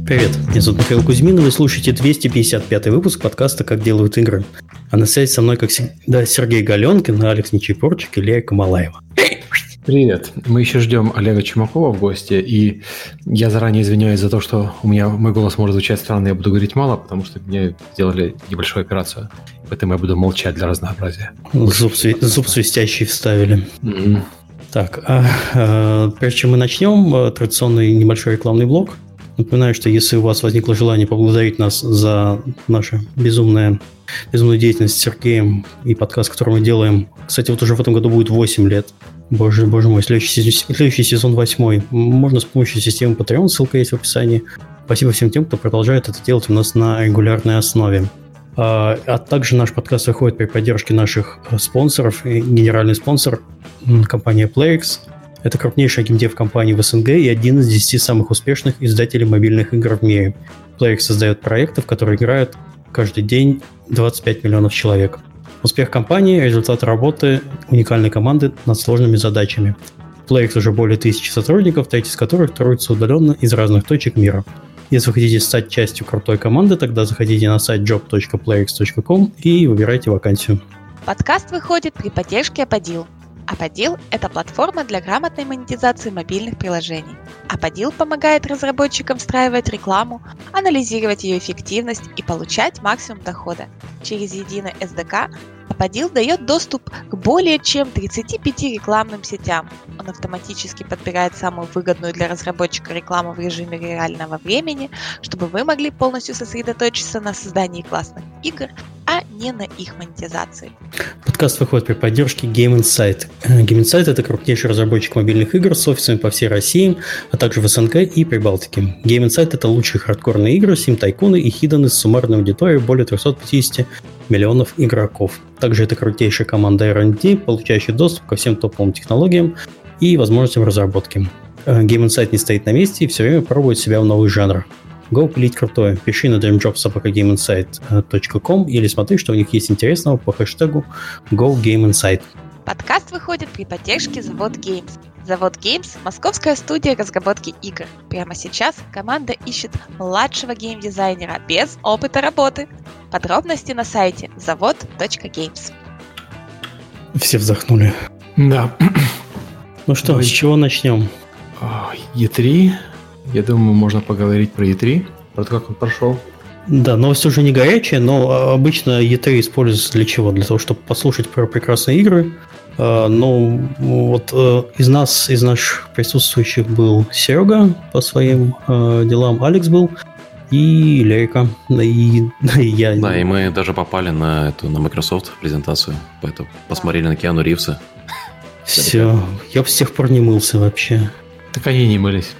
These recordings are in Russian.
Привет, меня зовут Михаил Кузьмин, и вы слушаете 255-й выпуск подкаста «Как делают игры». А на связи со мной, как всегда, Сергей Галенкин, Алекс Нечипорчик и Лея Камалаева. Привет. Мы еще ждем Олега Чумакова в гости, и я заранее извиняюсь за то, что у меня мой голос может звучать странно, я буду говорить мало, потому что мне сделали небольшую операцию, поэтому я буду молчать для разнообразия. Зуб свистящий вставили. Mm-hmm. Так, прежде чем мы начнем традиционный небольшой рекламный блок, напоминаю, что если у вас возникло желание поблагодарить нас за нашу безумную деятельность с Сергеем и подкаст, который мы делаем, кстати, вот уже в этом году будет 8 лет. Боже мой, следующий сезон 8. Можно с помощью системы Patreon, ссылка есть в описании. Спасибо всем тем, кто продолжает это делать у нас на регулярной основе. А также наш подкаст выходит при поддержке наших спонсоров. Генеральный спонсор – компания PlayX. Это крупнейшая геймдев-компания в СНГ и один из 10 самых успешных издателей мобильных игр в мире. PlayX создает проекты, в которые играют каждый день 25 миллионов человек. Успех компании – результат работы уникальной команды над сложными задачами. В PlayX уже более 1000 сотрудников, треть из которых трудятся удаленно из разных точек мира. Если вы хотите стать частью крутой команды, тогда заходите на сайт job.playx.com и выбирайте вакансию. Подкаст выходит при поддержке Аподил. Аподил – это платформа для грамотной монетизации мобильных приложений. Аподил помогает разработчикам встраивать рекламу, анализировать ее эффективность и получать максимум дохода. Через единый SDK Аподил дает доступ к более чем 35 рекламным сетям. Он автоматически подбирает самую выгодную для разработчика рекламу в режиме реального времени, чтобы вы могли полностью сосредоточиться на создании классных игр, а не на их монетизации. Подкаст выходит при поддержке Game Insight. Game Insight – это крупнейший разработчик мобильных игр с офисами по всей России, а также в СНГ и Прибалтике. Game Insight – это лучшие хардкорные игры, сим-тайкуны и хиданы с суммарной аудиторией более 350 миллионов игроков. Также это крутейшая команда R&D, получающая доступ ко всем топовым технологиям и возможностям разработки. Game Insight не стоит на месте и все время пробует себя в новых жанрах. Go пилить крутое. Пиши на dreamjobs@gameinsight.com или смотри, что у них есть интересного по хэштегу GoGameInsight. Подкаст выходит при поддержке Завод Games. Завод Games – московская студия разработки игр. Прямо сейчас команда ищет младшего геймдизайнера без опыта работы. Подробности на сайте завод.games. Все вздохнули. Да. Ну что, с чего начнем? E3. Я думаю, можно поговорить про E3, про то, как он прошел. Да, новость уже не горячая, но обычно E3 используется для чего? Для того, чтобы послушать про прекрасные игры. Ну, вот из наших присутствующих был Серега по своим делам, Алекс был, и Лерика, и я. Да, и мы даже попали на Microsoft презентацию, поэтому посмотрели на Киану Ривза. Все, я с тех пор не мылся вообще. Так они не мылись.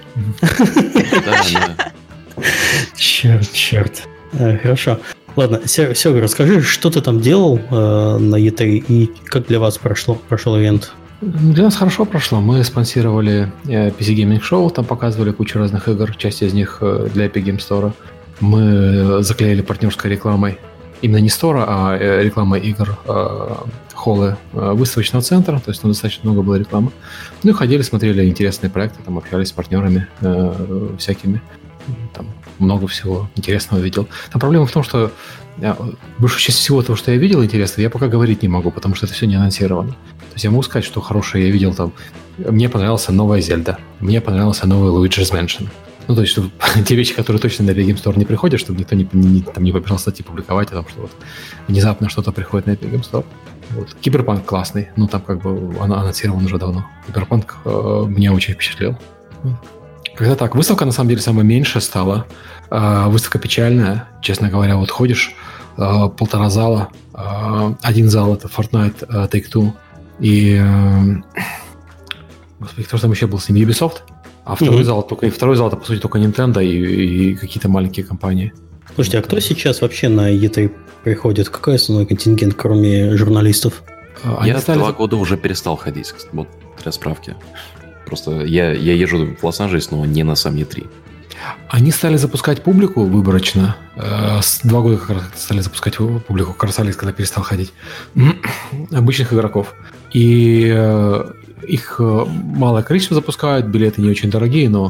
Черт. Хорошо. Ладно, Серега, расскажи, что ты там делал на E3 и как для вас прошел ивент? Для нас хорошо прошло. Мы спонсировали PC Gaming Show, там показывали кучу разных игр, часть из них для Epic Game Store. Мы заклеили партнерской рекламой именно не стора, а рекламой игр холлы выставочного центра, то есть там достаточно много было рекламы. Ну и ходили, смотрели интересные проекты, там общались с партнерами всякими, там много всего интересного видел. Там проблема в том, что большую часть всего того, что я видел интересного, я пока говорить не могу, потому что это все не анонсировано. То есть я могу сказать, что хорошее я видел там. Мне понравилась новая Зельда, мне понравился новый Luigi's Mansion. Ну, то есть, чтобы те вещи, которые точно на Epic Game Store не приходят, чтобы никто не побежал статьи публиковать о том, что вот внезапно что-то приходит на Epic Game Store. Вот. Киберпанк классный, ну, там как бы анонсирован уже давно. Киберпанк меня очень впечатлил. Когда так, выставка на самом деле самая меньшая стала. Выставка печальная, честно говоря. Вот ходишь, 1,5 зала. Один зал — это Fortnite, Take-Two. И... Господи, кто же там еще был с ним? Ubisoft? А второй зал это, по сути, только Nintendo и какие-то маленькие компании. Слушайте, а кто сейчас вообще на E3 приходит? Какой основной контингент, кроме журналистов? Я 2 года уже перестал ходить, вот для справки. Просто я езжу в Лос-Анджелес, но не на сам E3. Они стали запускать публику выборочно. 2 года как раз стали запускать публику, как раз Алекс, когда перестал ходить. Обычных игроков. И их малое количество запускают, билеты не очень дорогие, но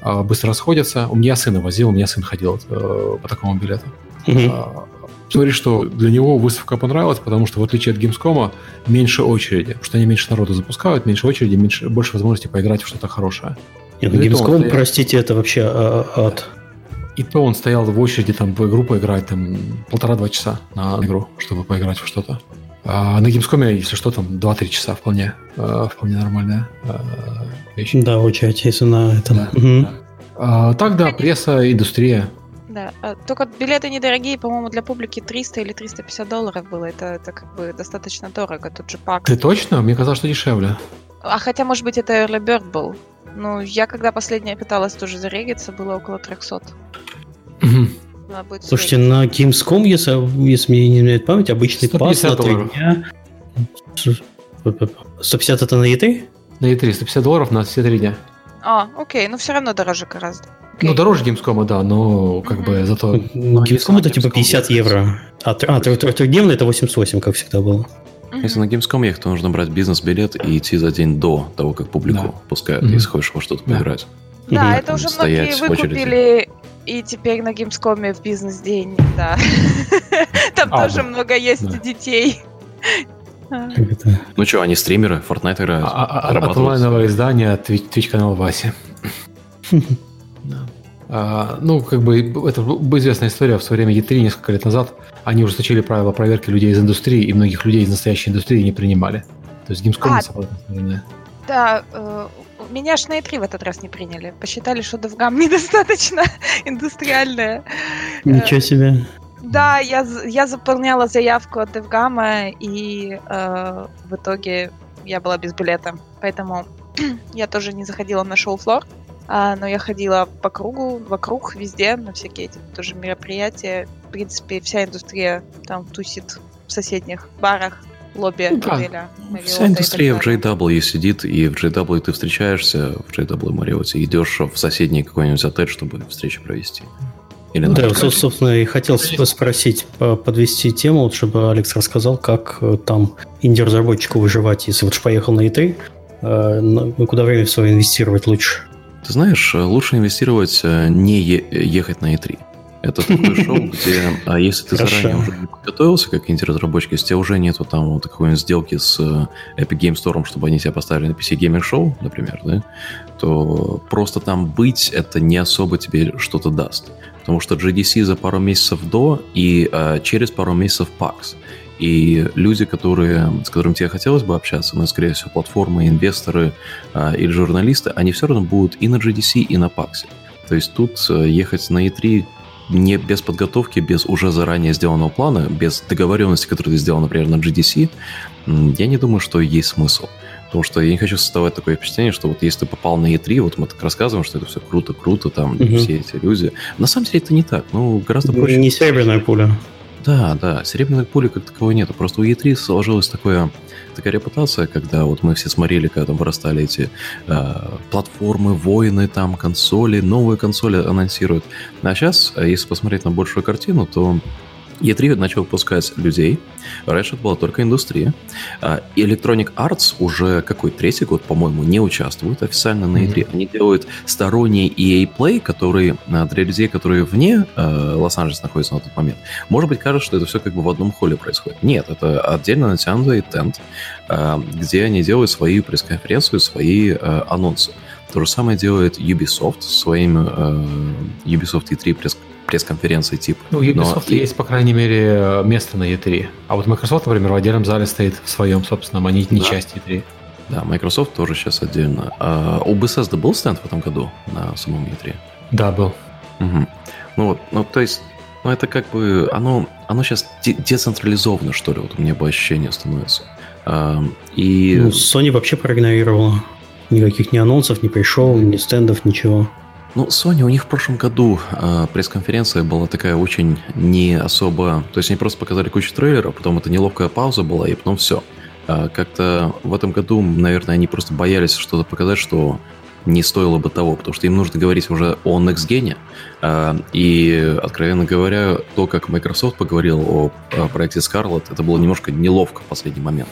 быстро расходятся. У меня сына возил, у меня сын ходил по такому билету. Говорит, что для него выставка понравилась, потому что в отличие от Gamescom меньше очереди, потому что они меньше народу запускают, меньше очереди, больше возможности поиграть в что-то хорошее. Gamescom, простите, это вообще ад. И то он стоял в очереди там в игру поиграть там 1,5-2 часа на игру, чтобы поиграть в что-то. А на Gamescom, если что, там 2-3 часа вполне нормальная вещь. Да, очередь, если на этом. Да. Так, да, пресса, индустрия. Да, только билеты недорогие, по-моему, для публики $300 или $350 было. Это как бы достаточно дорого, тут же пак. Ты точно? Мне казалось, что дешевле. А хотя, может быть, это Early Bird был. Ну, я когда последняя пыталась тоже зарегиться, было около 300. Слушайте, на Gamescom, если мне не изменяет память, обычный пас на 3 дня. 150 это на E3? На E3 $150 на все 3 дня. Окей, но все равно дороже гораздо. Okay. Ну, дороже Gamescom, да, но как бы зато... Gamescom это типа 50 евро. Трехдневный это 88, как всегда было. Если на Gamescom ехать, то нужно брать бизнес-билет и идти за день до того, как публику пускают, если хочешь во что-то поиграть. Да, это уже многие выкупили, и теперь на Gamescom в бизнес-день, да. Там тоже много есть детей. Ну что, они стримеры, Fortnite играют. От онлайнового издания Twitch-канал Васи. Ну, как бы, это известная история. В свое время E3 несколько лет назад они ужесточили правила проверки людей из индустрии, и многих людей из настоящей индустрии не принимали. То есть Gamescom не совпадает. Да, меня ж на E3 в этот раз не приняли. Посчитали, что DevGam недостаточно индустриальная. Ничего себе. Да, я заполняла заявку от DevGam, и в итоге я была без билета. Поэтому я тоже не заходила на шоу-флор. Но я ходила по кругу, вокруг, везде, на всякие эти тоже мероприятия. В принципе, вся индустрия там тусит в соседних барах, лобби отеля. Вся индустрия в JW сидит, и в JW ты встречаешься, в JW Marriott, и идешь в соседний какой-нибудь отель, чтобы встречу провести. Или да, собственно, и хотел спросить, подвести тему, чтобы Алекс рассказал, как там инди-разработчику выживать, если вот поехал на E3, куда время свое инвестировать лучше? Ты знаешь, лучше инвестировать, не ехать на E3. Это такое шоу, где, если ты заранее уже не подготовился, как инди-разработчик, если у тебя уже нету там вот какой-нибудь сделки с Epic Game Store, чтобы они тебя поставили на PC Gaming Show, например, да, то просто там быть, это не особо тебе что-то даст. Потому что GDC за пару месяцев до и через пару месяцев PAX. И люди, с которыми тебе хотелось бы общаться, но, скорее всего, платформы, инвесторы или журналисты, они все равно будут и на GDC, и на PAX. То есть тут ехать на E3 не без подготовки, без уже заранее сделанного плана, без договоренности, которую ты сделал, например, на GDC, я не думаю, что есть смысл. Потому что я не хочу создавать такое впечатление, что вот если ты попал на E3, вот мы так рассказываем, что это все круто, там все эти люди. На самом деле это не так, гораздо проще. Не серебряная пуля. Да, серебряной пули как таковой нету. Просто у E3 сложилась такая репутация, когда вот мы все смотрели, когда там вырастали эти платформы, воины, там, консоли, новые консоли анонсируют. А сейчас, если посмотреть на большую картину, то E3 начал выпускать людей. Раньше это была только индустрия. Electronic Arts уже третий год, по-моему, не участвует официально на E3. Они делают сторонний EA Play, который для людей, которые вне Лос-Анджелеса находятся на тот момент, может быть, кажется, что это все как бы в одном холле происходит. Нет, это отдельно натянутый тент, где они делают свою пресс-конференцию, свои анонсы. То же самое делает Ubisoft своим Ubisoft E3 пресс-конференции типа. У Ubisoft есть, по крайней мере, место на E3. А вот Microsoft, например, в отдельном зале стоит в своем собственном, они не часть E3. Да, Microsoft тоже сейчас отдельно. У Bethesda был стенд в этом году на самом E3? Да, был. Угу. То есть, это как бы, оно сейчас децентрализовано, что ли, вот у меня бы ощущение становится. Sony вообще проигнорировала. Никаких ни анонсов, ни пришел, ни стендов, ничего. Sony, у них в прошлом году пресс-конференция была такая очень не особо... То есть они просто показали кучу трейлеров, потом это неловкая пауза была, и потом все. Как-то в этом году, наверное, они просто боялись что-то показать, что не стоило бы того, потому что им нужно говорить уже о Next Gen. И, откровенно говоря, то, как Microsoft поговорил о проекте Scarlett, это было немножко неловко в последний момент.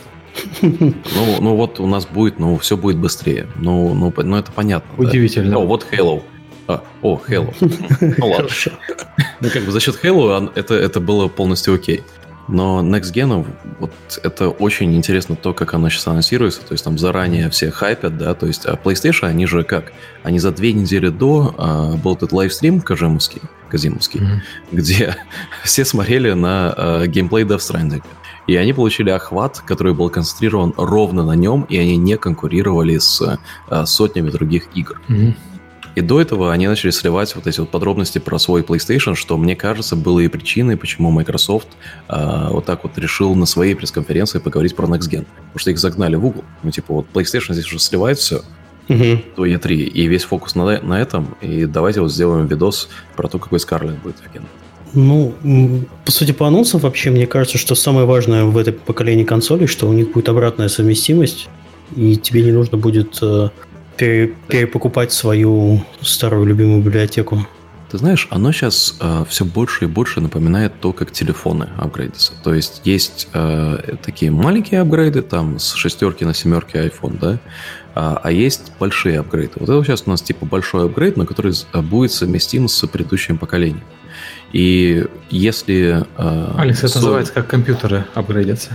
Вот у нас будет, все будет быстрее. Это понятно. Удивительно. Да. Вот Halo. Halo. Ну ладно. Ну как бы за счет Halo это было полностью окей. Но Next Gen, вот это очень интересно то, как оно сейчас анонсируется. То есть там заранее все хайпят, да. То есть PlayStation, они же как? Они за 2 недели до был этот лайвстрим казимовский, где все смотрели на геймплей Death Stranding. И они получили охват, который был концентрирован ровно на нем, и они не конкурировали с сотнями других игр. И до этого они начали сливать вот эти вот подробности про свой PlayStation, что, мне кажется, было и причиной, почему Microsoft вот так вот решил на своей пресс-конференции поговорить про Next Gen. Потому что их загнали в угол. Ну, типа, вот PlayStation здесь уже сливает все до E3, и весь фокус на этом, и давайте вот сделаем видос про то, какой Scarlett будет офигенно. Ну, по сути, по анонсам вообще, мне кажется, что самое важное в этом поколении консолей, что у них будет обратная совместимость, и тебе не нужно будет перепокупать свою старую любимую библиотеку. Ты знаешь, оно сейчас все больше и больше напоминает то, как телефоны апгрейдятся. То есть такие маленькие апгрейды, там с 6 на 7 iPhone, да, а есть большие апгрейды. Вот это сейчас у нас типа большой апгрейд, но который будет совместим с предыдущим поколением. И если... Алекс, это называется, как компьютеры апгрейдятся.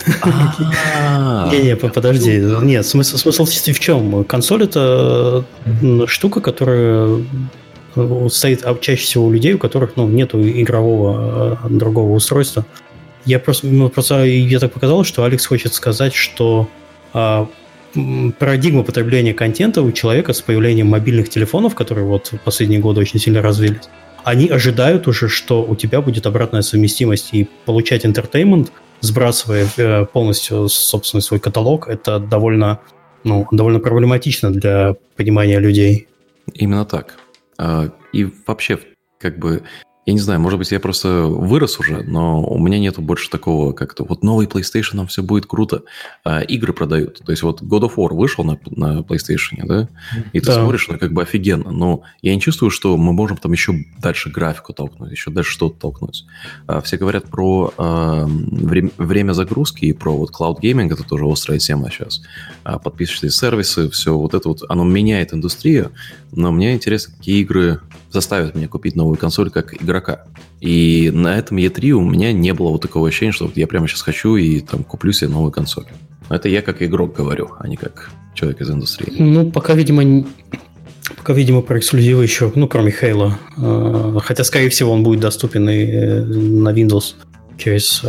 Не, подожди. Нет, смысл в чем? Консоль — это штука, которая стоит чаще всего у людей, у которых нету игрового другого устройства. Я так показалось, что Алекс хочет сказать, что парадигма потребления контента у человека с появлением мобильных телефонов, которые вот в последние годы очень сильно развились, они ожидают уже, что у тебя будет обратная совместимость, и получать entertainment, сбрасывая полностью, собственно, свой каталог, это довольно проблематично для понимания людей. Именно так. И вообще, как бы, я не знаю, может быть, я просто вырос уже, но у меня нету больше такого как-то, вот новый PlayStation, нам все будет круто. Игры продают. То есть вот God of War вышел на PlayStation, да? И ты смотришь, как бы офигенно. Но я не чувствую, что мы можем там еще дальше графику толкнуть, еще дальше что-то толкнуть. Все говорят про время загрузки и про вот cloud gaming, это тоже острая тема сейчас. Подписочные сервисы, все вот это вот, оно меняет индустрию, но мне интересно, какие игры заставят меня купить новую консоль как игрока. И на этом E3 у меня не было вот такого ощущения, что вот я прямо сейчас хочу и там куплю себе новую консоль. Но это я как игрок говорю, а не как человек из индустрии. Ну, пока, видимо, про эксклюзивы еще, кроме Halo. Хотя, скорее всего, он будет доступен и на Windows через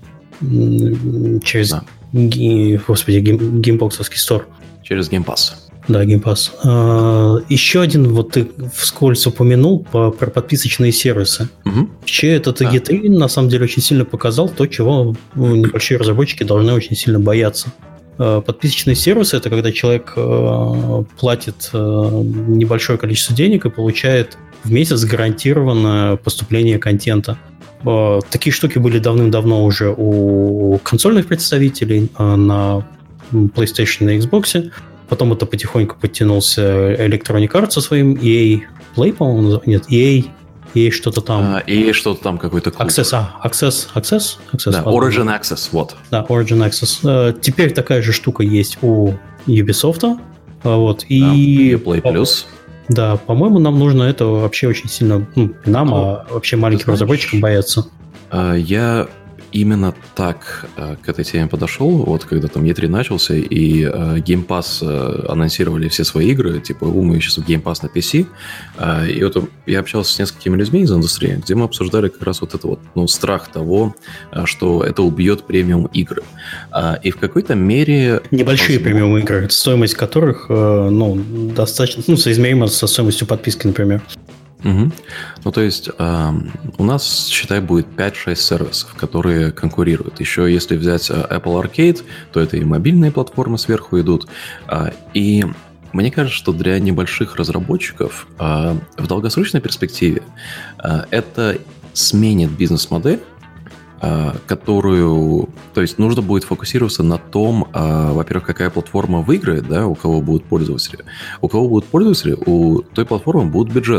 Gamebox-овский стор. Через Game Pass. Да, Game Pass. Еще один, вот ты вскользь упомянул про подписочные сервисы. Вообще, этот E3 на самом деле очень сильно показал то, чего небольшие разработчики должны очень сильно бояться. Подписочные сервисы — это когда человек платит небольшое количество денег и получает в месяц гарантированное поступление контента. Такие штуки были давным-давно уже у консольных представителей на PlayStation и на Xbox. Потом это потихоньку подтянулся Electronic Arts со своим EA Play, по-моему, нет, EA что-то там. EA что-то там, какой-то клуб. Access. Да, Origin Access, вот. Да, Origin Access. Теперь такая же штука есть у Ubisoft. Вот, и Play Plus. Да, по-моему, нам нужно это вообще очень сильно, вообще маленьким разработчикам бояться. Я именно так к этой теме подошел, вот когда там E3 начался, и Game Pass анонсировали все свои игры, типа, мы сейчас в Game Pass на PC, и вот я общался с несколькими людьми из индустрии, где мы обсуждали как раз вот это вот, страх того, что это убьет премиум игры. И в какой-то мере... Небольшие премиум игры, стоимость которых, достаточно, соизмерима со стоимостью подписки, например. Угу. То есть у нас, считай, будет 5-6 сервисов, которые конкурируют. Еще если взять Apple Arcade, то это и мобильные платформы сверху идут. И мне кажется, что для небольших разработчиков в долгосрочной перспективе это сменит бизнес-модель, которую... То есть нужно будет фокусироваться на том, во-первых, какая платформа выиграет, да, у кого будут пользователи. У кого будут пользователи, у той платформы будет бюджет.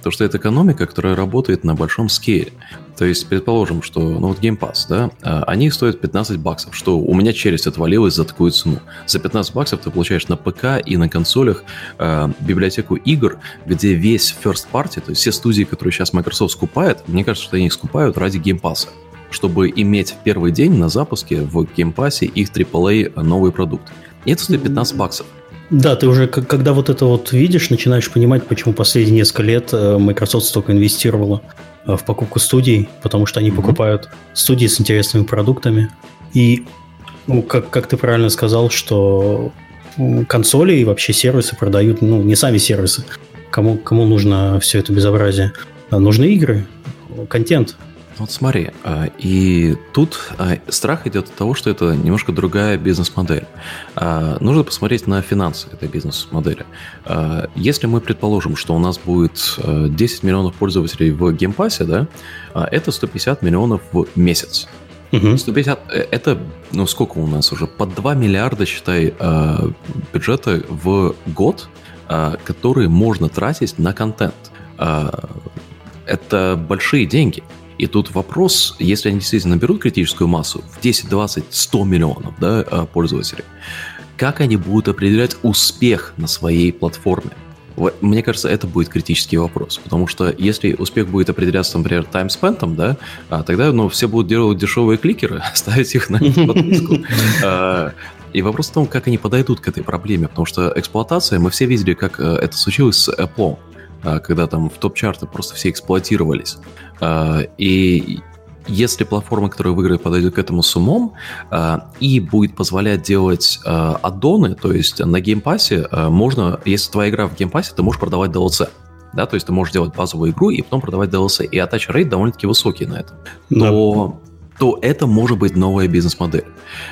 Потому что это экономика, которая работает на большом скейле. То есть, предположим, что, Game Pass, да, они стоят $15, что у меня челюсть отвалилась за такую цену. За $15 ты получаешь на ПК и на консолях библиотеку игр, где весь first party, то есть все студии, которые сейчас Microsoft скупает, мне кажется, что они их скупают ради Game Pass, чтобы иметь в первый день на запуске в Game Pass их AAA новый продукт. И это стоит $15. Да, ты уже, когда вот это вот видишь, начинаешь понимать, почему последние несколько лет Microsoft столько инвестировала в покупку студий, потому что они покупают студии с интересными продуктами. И, как ты правильно сказал, что консоли и вообще сервисы продают, не сами сервисы. Кому нужно все это безобразие? Нужны игры, контент. Вот смотри, и тут страх идет от того, что это немножко другая бизнес-модель. Нужно посмотреть на финансы этой бизнес-модели. Если мы предположим, что у нас будет 10 миллионов пользователей в Game Pass, да, это 150 миллионов в месяц. 150, это, сколько у нас уже? Под 2 миллиарда, считай, бюджета в год, которые можно тратить на контент. Это большие деньги. И тут вопрос, если они действительно наберут критическую массу в 10, 20, 100 миллионов пользователей, как они будут определять успех на своей платформе? Мне кажется, это будет критический вопрос, потому что если успех будет определяться, например, таймспентом, да, тогда все будут делать дешевые кликеры, ставить их на подписку. И вопрос в том, как они подойдут к этой проблеме, потому что эксплуатация, мы все видели, как это случилось с Apple, когда там в топ-чарты просто все эксплуатировались. И если платформа, которая выиграет, подойдет к этому с умом и будет позволять делать аддоны, то есть на Game Pass можно, если твоя игра в Game Pass, ты можешь продавать DLC. Да, то есть ты можешь делать базовую игру и потом продавать DLC. И attach rate довольно-таки высокий на этом. То это может быть новая бизнес-модель.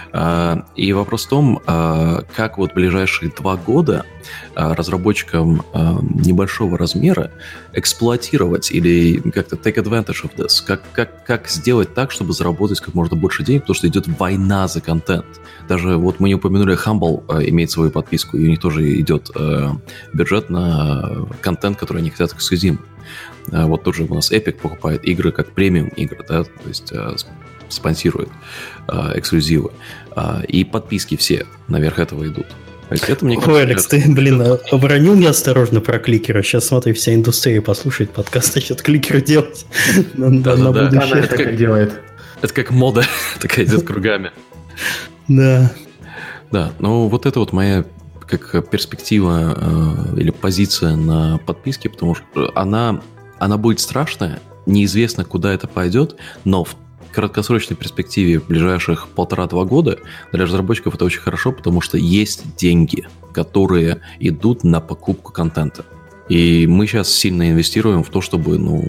И вопрос в том, как вот в ближайшие 2 года разработчикам небольшого размера эксплуатировать или как-то take advantage of this, как сделать так, чтобы заработать как можно больше денег, потому что идет война за контент. Даже вот мы не упомянули, Humble имеет свою подписку, и у них тоже идет бюджет на контент, который они хотят эксклюзивно. Вот тоже у нас Epic покупает игры как премиум игры, да, то есть спонсирует эксклюзивы. И подписки все наверх этого идут. То есть это, мне кажется, ой, Алекс, ты, оборонил меня осторожно про кликеры. Сейчас, смотри, вся индустрия послушает подкаст, начнет кликеры делать. Да. Она это как делает. Это как мода такая идет кругами. Да. Да, вот это вот моя как перспектива или позиция на подписке, потому что она будет страшная, неизвестно, куда это пойдет, но в краткосрочной перспективе в ближайших 1,5-2 года для разработчиков это очень хорошо, потому что есть деньги, которые идут на покупку контента. И мы сейчас сильно инвестируем в то, чтобы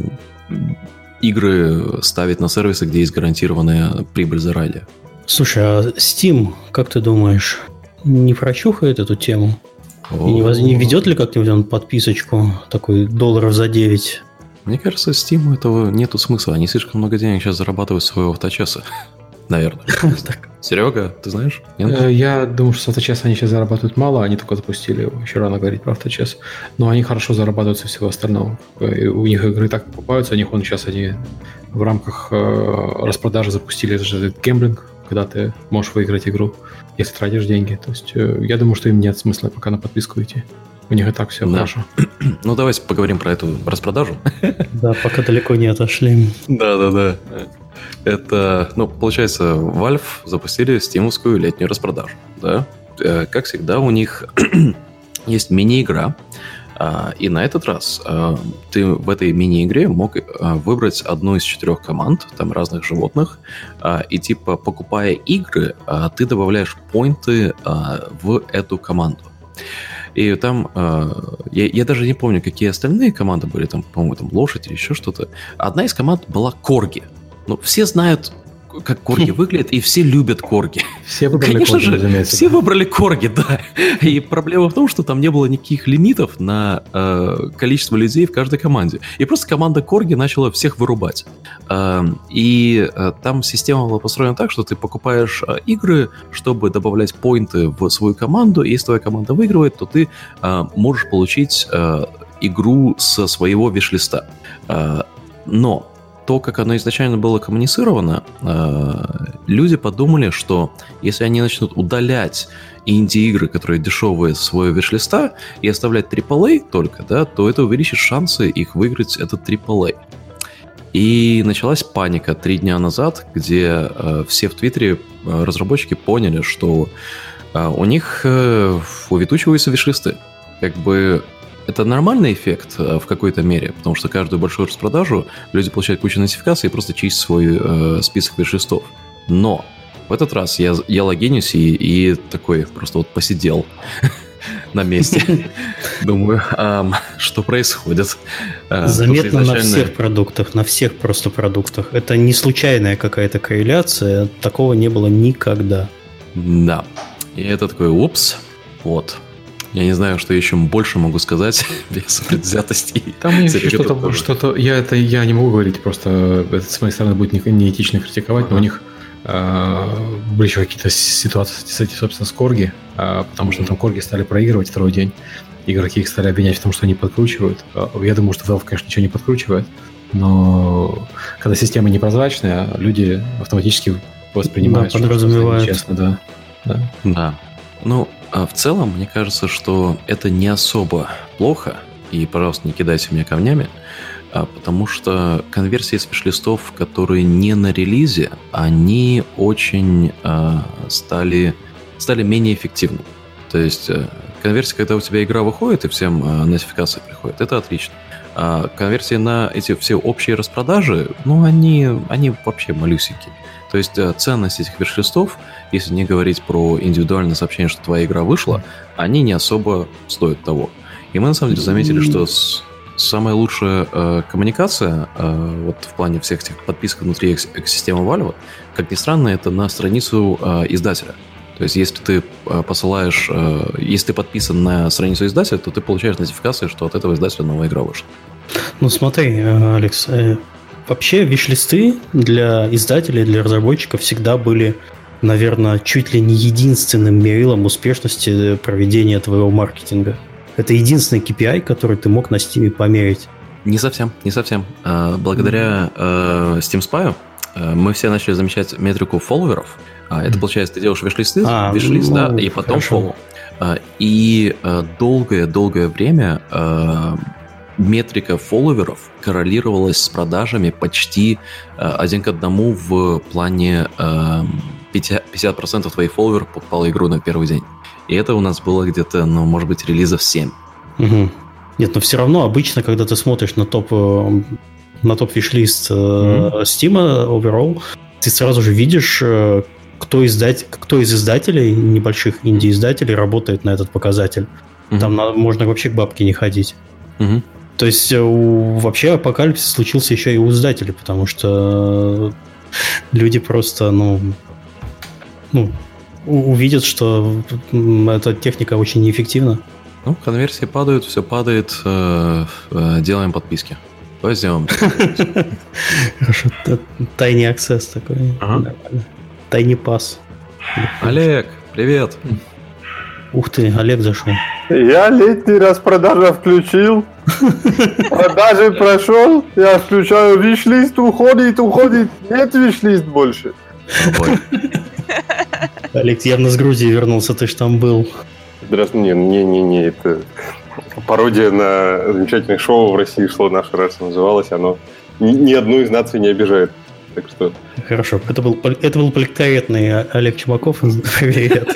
игры ставить на сервисы, где есть гарантированная прибыль заранее. Слушай, а Steam, как ты думаешь, не прочухает эту тему? И не ведет ли как-нибудь он подписочку такой $9? Мне кажется, Steam этого нету смысла. Они слишком много денег сейчас зарабатывают с своего авточаса. Наверное. Серега, ты знаешь? Я думаю, что с авточаса они сейчас зарабатывают мало. Они только запустили его. Еще рано говорить про авточас. Но они хорошо зарабатывают со всего остального. У них игры так покупаются. Сейчас они в рамках распродажи запустили же гэмблинг, когда ты можешь выиграть игру, если тратишь деньги. То есть я думаю, что им нет смысла пока на подписку идти. У них и так все хорошо. Давайте поговорим про эту распродажу. Да, пока далеко не отошли. Да. Это, получается, Valve запустили стимовскую летнюю распродажу. Да? Как всегда, у них есть мини-игра. И на этот раз ты в этой мини-игре мог выбрать одну из 4 команд, там разных животных, и покупая игры, ты добавляешь поинты в эту команду. И там, я даже не помню, какие остальные команды были, там, по-моему, там лошадь или еще что-то. Одна из команд была корги. Все знают, как корги выглядят, и все любят корги. Все выбрали конечно корги, же, разумеется. все выбрали корги, да. И проблема в том, что там не было никаких лимитов на количество людей в каждой команде. И просто команда корги начала всех вырубать. И там система была построена так, что ты покупаешь игры, чтобы добавлять поинты в свою команду, и если твоя команда выигрывает, то ты можешь получить игру со своего виш-листа. Но то, как оно изначально было коммуницировано, люди подумали, что если они начнут удалять инди-игры, которые дешевые, со своего виш-листа и оставлять AAA только, да, то это увеличит шансы их выиграть этот AAA. И началась паника 3 дня назад, где все в Твиттере разработчики поняли, что у них увеличиваются виш-листы. Как бы это нормальный эффект в какой-то мере, потому что каждую большую распродажу люди получают кучу нотификаций и просто чистят свой список виш-листов. Но в этот раз я логинюсь и такой просто вот посидел на месте. Думаю, что происходит? Заметно на всех продуктах, на всех просто продуктах. Это не случайная какая-то корреляция, такого не было никогда. Да. И это такой, упс, вот. Я не знаю, что еще больше могу сказать без предвзятости. Там еще что-то... Я не могу говорить, просто это с моей стороны будет неэтично критиковать, но у них были еще какие-то ситуации с этим, собственно, с Корги, потому что там Корги стали проигрывать второй день. Игроки их стали обвинять в том, что они подкручивают. Я думаю, что Valve, конечно, ничего не подкручивает, но когда система непрозрачная, люди автоматически воспринимают, что это нечестно. Да. Ну, в целом, мне кажется, что это не особо плохо, и, пожалуйста, не кидайте меня камнями, потому что конверсии с виш-листов, которые не на релизе, они очень стали менее эффективны. То есть конверсия, когда у тебя игра выходит и всем нотификации приходят, это отлично. А конверсии на эти все общие распродажи, ну, они вообще малюсенькие. То есть ценность этих виш-листов, если не говорить про индивидуальное сообщение, что твоя игра вышла, они не особо стоят того. И мы на самом деле заметили, что самая лучшая коммуникация вот в плане всех этих подписок внутри экосистемы Valve, как ни странно, это на страницу издателя. То есть если ты посылаешь, если ты подписан на страницу издателя, то ты получаешь нотификацию, что от этого издателя новая игра вышла. Ну смотри, Алекс, вообще виш-листы для издателей, для разработчиков всегда были, наверное, чуть ли не единственным мерилом успешности проведения твоего маркетинга. Это единственный KPI, который ты мог на Steam померить. Не совсем. Благодаря Steam Spy мы все начали замечать метрику фолловеров. Это получается, ты делаешь виш-лист, да, и потом фоллоу. И долгое время метрика фолловеров коррелировалась с продажами почти 1 к 1 в плане 50% твоих фолловеров покупало игру на первый день. И это у нас было где-то, ну, может быть, релизов 7. Угу. Нет, но все равно обычно, когда ты смотришь на топ виш-лист Steam overall, ты сразу же видишь, кто из издателей, небольших инди-издателей, работает на этот показатель. Там можно вообще к бабке не ходить. То есть вообще апокалипсис случился еще и у издателей, потому что люди просто, увидят, что эта техника очень неэффективна. Ну, конверсии падают, все падает, делаем подписки. Давай сделаем. Хорошо, тайный аксесс такой. Тайный пас. Олег, привет. Ух ты, Олег зашел. Я летний распродажа включил. Продажи прошел. Я включаю виш-лист, уходит. Нет виш-лист больше. Олег явно с Грузии вернулся, ты ж там был. Здравствуйте. Не, это пародия на замечательное шоу в России шло, «Наша раса» называлось. Оно ни одну из наций не обижает. Так что... Хорошо. Это был политкорректный Олег Чумаков. Привет.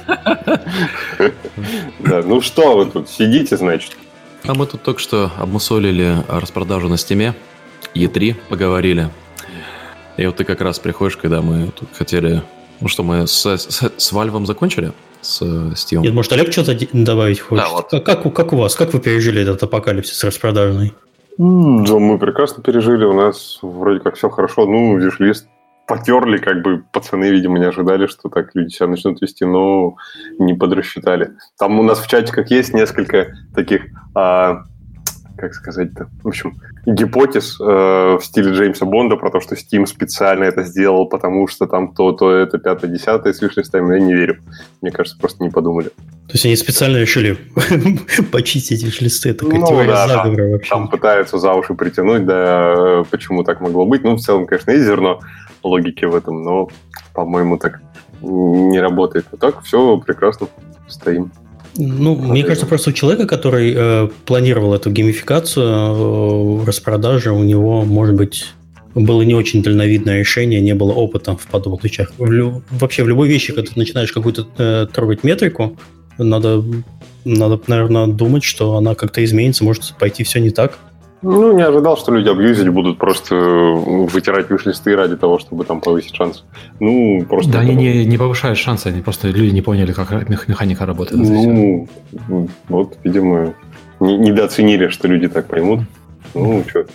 Да, ну что вы тут сидите, значит? А мы тут только что обмусолили распродажу на Стиме. E3 поговорили. И вот ты как раз приходишь, когда мы тут хотели... Ну что, мы с Вальвом закончили? С Steam? Нет, может, Олег что-то добавить хочет? Да, вот. Как у вас? Как вы пережили этот апокалипсис распродажный? Да, мы прекрасно пережили. У нас вроде как все хорошо. Ну, виш-лист потерли, как бы пацаны, видимо, не ожидали, что так люди себя начнут вести, но не подрасчитали. Там у нас в чатиках есть несколько таких... как сказать-то, в общем, гипотез в стиле Джеймса Бонда про то, что Steam специально это сделал, потому что там то это 5-10 с виш-листами, я не верю. Мне кажется, просто не подумали. То есть они специально решили почистить виш-листы. Это теория заговора вообще. Там пытаются за уши притянуть, да, почему так могло быть. Ну, в целом, конечно, есть зерно логики в этом, но, по-моему, так не работает. А так все прекрасно, стоим. Ну, мне кажется, просто у человека, который планировал эту геймификацию распродажи, у него, может быть, было не очень дальновидное решение, не было опыта в подобных вещах. Вообще в любой вещи, когда ты начинаешь какую-то трогать метрику, надо, наверное, думать, что она как-то изменится, может пойти все не так. Ну, не ожидал, что люди абьюзить будут просто вытирать виш-листы ради того, чтобы там повысить шанс. Ну, просто... Да, они не повышают шансы, они просто люди не поняли, как механика работает. Ну, вот, видимо, недооценили, что люди так поймут. Ну, что...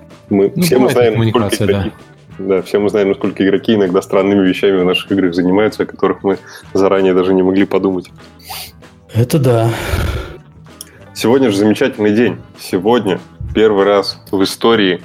Все мы знаем, насколько игроки... Да, все мы знаем, насколько игроки иногда странными вещами в наших играх занимаются, о которых мы заранее даже не могли подумать. Это да. Сегодня же замечательный день. Сегодня первый раз в истории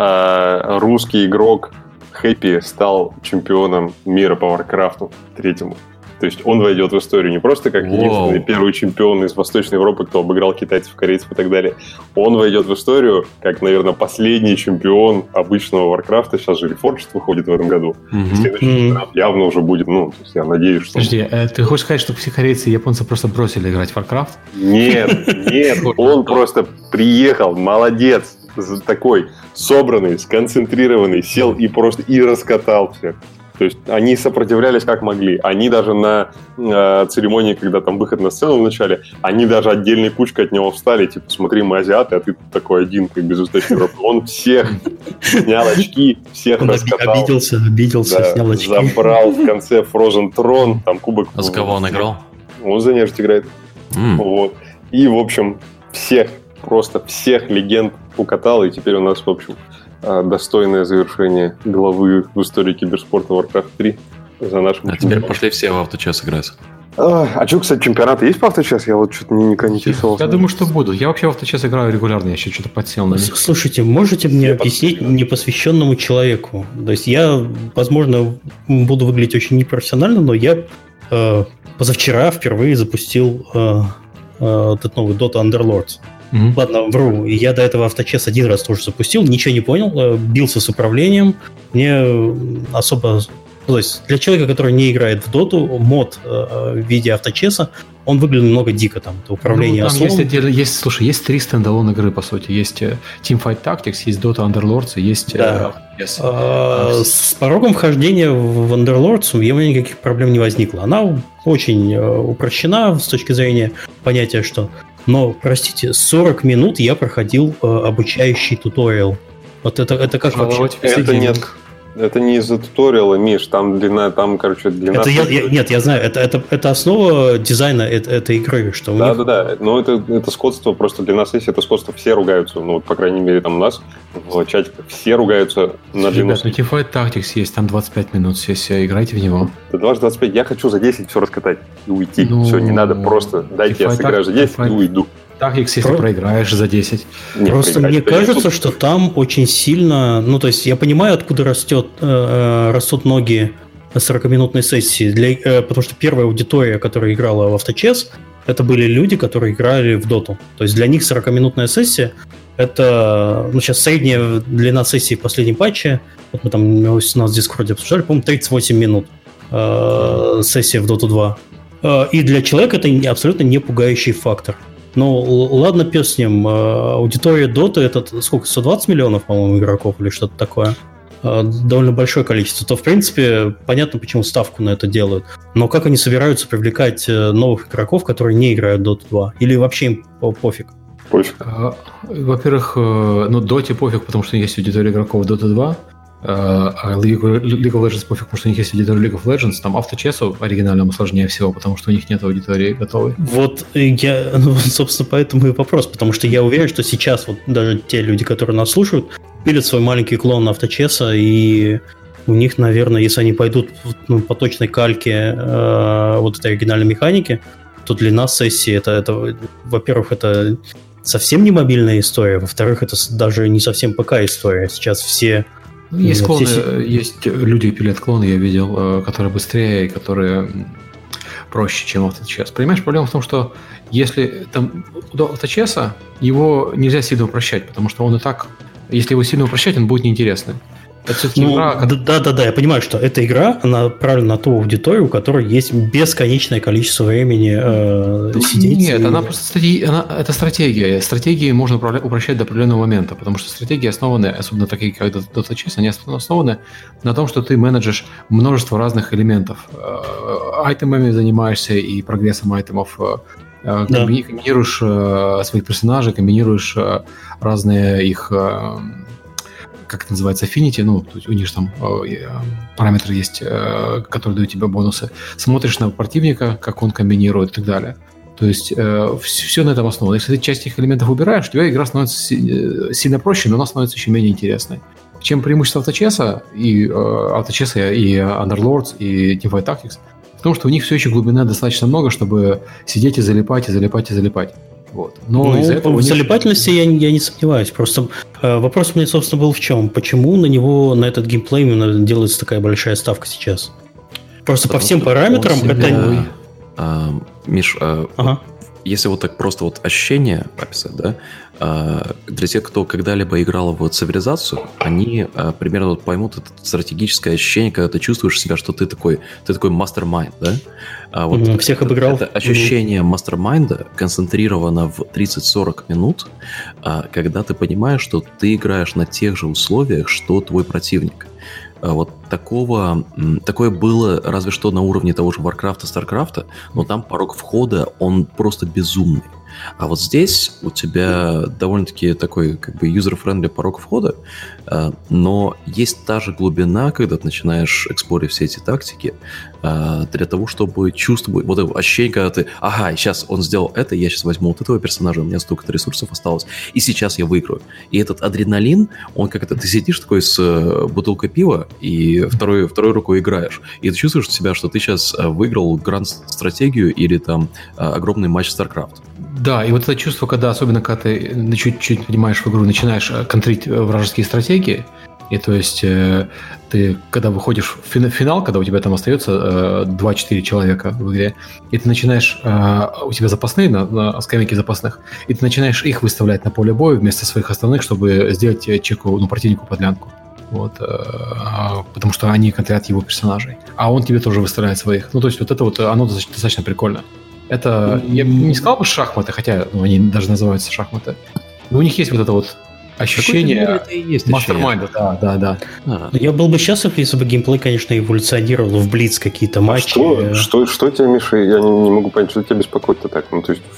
русский игрок Хэппи стал чемпионом мира по Варкрафту 3. То есть он войдет в историю не просто как единственный первый чемпион из Восточной Европы, кто обыграл китайцев, корейцев и так далее. Он войдет в историю как, наверное, последний чемпион обычного Варкрафта. Сейчас же Reforged выходит в этом году. Следующий чемпионат явно уже будет, ну, то есть я надеюсь, что... Подожди, ты хочешь сказать, что все корейцы и японцы просто бросили играть в Warcraft? Нет, он просто приехал, молодец, такой собранный, сконцентрированный, сел и просто раскатал всех. То есть они сопротивлялись как могли. Они даже на церемонии, когда там выход на сцену в начале, они даже отдельной кучкой от него встали. Типа, смотри, мы азиаты, а ты такой один, как без Восточной Европы. Он всех снял очки, всех раскатал. Обиделся, да, снял очки. Забрал в конце Frozen Throne, там кубок. А за кого он играл? Он за нежить играет. Вот. И, в общем, просто всех легенд укатал, и теперь у нас, в общем... достойное завершение главы в истории киберспорта Warcraft 3 за нашим чемпионатом. Теперь пошли все в авточас играть. А что, кстати, чемпионаты есть по авточас? Я вот что-то никогда не интересовался. Я думаю, что будут. Я вообще в авточас играю регулярно, я еще что-то подсел на них. Слушайте, можете мне объяснить непосвященному человеку? То есть я, возможно, буду выглядеть очень непрофессионально, но я позавчера впервые запустил этот новый Dota Underlords. Ладно, вру. Я до этого авточес один раз тоже запустил, ничего не понял, бился с управлением. Мне особо... То есть для человека, который не играет в доту, мод в виде авточеса, он выглядит немного дико. Там, это управление ослом. Есть 3 стендалон игры, по сути. Есть Teamfight Tactics, есть Dota Underlords и есть... С порогом вхождения в Underlords у меня никаких проблем не возникло. Она очень упрощена с точки зрения понятия, что... Но, простите, 40 минут я проходил обучающий туториал. Вот это как вообще? Это нет. Это не из-за туториала, Миш, там длина. Нет, я знаю, это основа дизайна этой игры. Что да. Но это скотство, просто длина сессии, это скотство, все ругаются. Ну, по крайней мере, там у нас в чатике все ругаются на длину сессии. Teamfight Tactics есть, там 25 минут сессия, играйте в него. Да 25, я хочу за 10 все раскатать и уйти. Все, не надо, просто дайте я сыграю за 10 и уйду. Tactics, если проиграешь за 10. Просто мне кажется, что там очень сильно... Ну, то есть я понимаю, откуда растут ноги 40-минутной сессии. Потому что первая аудитория, которая играла в авточес, это были люди, которые играли в доту. То есть для них 40-минутная сессия это... Ну, сейчас средняя длина сессии в последнем патче, вот мы там у нас в Дискорде обсуждали, по-моему, 38 минут сессия в Dota 2. И для человека это абсолютно не пугающий фактор. Ну, ладно, пес с ним. Аудитория Dota, это сколько, 120 миллионов, по-моему, игроков или что-то такое. Довольно большое количество. То, в принципе, понятно, почему ставку на это делают. Но как они собираются привлекать новых игроков, которые не играют в Dota 2? Или вообще им пофиг? Пофиг. Во-первых, Dota пофиг, потому что есть аудитория игроков в Dota 2. А League of Legends пофиг, потому что у них есть аудитория League of Legends. Там авточесу оригинальному сложнее всего, потому что у них нет аудитории готовой. Вот собственно, поэтому и вопрос. Потому что я уверен, что сейчас вот даже те люди, которые нас слушают, пилят свой маленький клон авточеса, и у них, наверное, если они пойдут по точной кальке вот этой оригинальной механики, то длина сессии, это во-первых, это совсем не мобильная история, во-вторых, это даже не совсем ПК-история. Сейчас все... Есть клоны, есть люди пилят клоны, я видел, которые быстрее, которые проще, чем авточес. Понимаешь, проблема в том, что если там до авточеса его нельзя сильно упрощать, потому что он и так, если его сильно упрощать, он будет неинтересный. Это все-таки игра... Да, я понимаю, что эта игра, она направлена на ту аудиторию, у которой есть бесконечное количество времени сидеть. Нет, она просто это стратегия. Стратегии можно упрощать до определенного момента, потому что стратегии основаны, особенно такие, как Dota Chess, они основаны на том, что ты менеджешь множество разных элементов. Айтемами занимаешься и прогрессом айтемов, комбинируешь своих персонажей, комбинируешь разные их... как это называется, affinity, у них же там параметры есть, которые дают тебе бонусы. Смотришь на противника, как он комбинирует и так далее. То есть все на этом основано. Если ты часть этих элементов убираешь, у тебя игра становится сильно проще, но она становится еще менее интересной. Чем преимущество авточеса и Underlords, и Teamfight Tactics, в том, что у них все еще глубины достаточно много, чтобы сидеть и залипать, и залипать, и залипать. Вот. Но из-за этого в залипательности я не сомневаюсь. Просто вопрос у меня, собственно, был в чем? Почему на этот геймплей именно делается такая большая ставка сейчас? Просто по всем параметрам это... Миш, если вот так просто вот ощущение описать, да, для тех, кто когда-либо играл в цивилизацию, они примерно вот поймут это стратегическое ощущение, когда ты чувствуешь себя, что ты такой мастер-майнд, да? Вот всех обыграл. Это ощущение мастер-майнда концентрировано в 30-40 минут, когда ты понимаешь, что ты играешь на тех же условиях, что твой противник. Вот такое было разве что на уровне того же Warcraft, Starcraft, но там порог входа, он просто безумный. А вот здесь у тебя довольно-таки такой как бы user-friendly порог входа, но есть та же глубина, когда ты начинаешь эксплорить все эти тактики, для того, чтобы чувствовать вот это ощущение, когда ты, сейчас он сделал это, я сейчас возьму вот этого персонажа, у меня столько-то ресурсов осталось, и сейчас я выиграю. И этот адреналин, он как это, ты сидишь такой с бутылкой пива и второй рукой играешь, и ты чувствуешь себя, что ты сейчас выиграл гранд-стратегию или там огромный матч StarCraft. Да, и вот это чувство, особенно когда ты чуть-чуть понимаешь в игру, начинаешь контрить вражеские стратегии, и то есть ты, когда выходишь в финал, когда у тебя там остается 2-4 человека в игре, и ты начинаешь, у тебя запасные, на скамейке запасных, и ты начинаешь их выставлять на поле боя вместо своих основных, чтобы сделать противнику подлянку. Вот, потому что они контрят его персонажей. А он тебе тоже выставляет своих. То есть вот это вот, оно достаточно прикольно. Это, я не сказал бы шахматы, хотя они даже называются шахматы. Но у них есть вот это вот ощущение мастер-майнда. Да. Я был бы счастлив, если бы геймплей, конечно, эволюционировал в блиц какие-то матчи. Что тебя, Миша, я не могу понять, что тебя беспокоит-то так?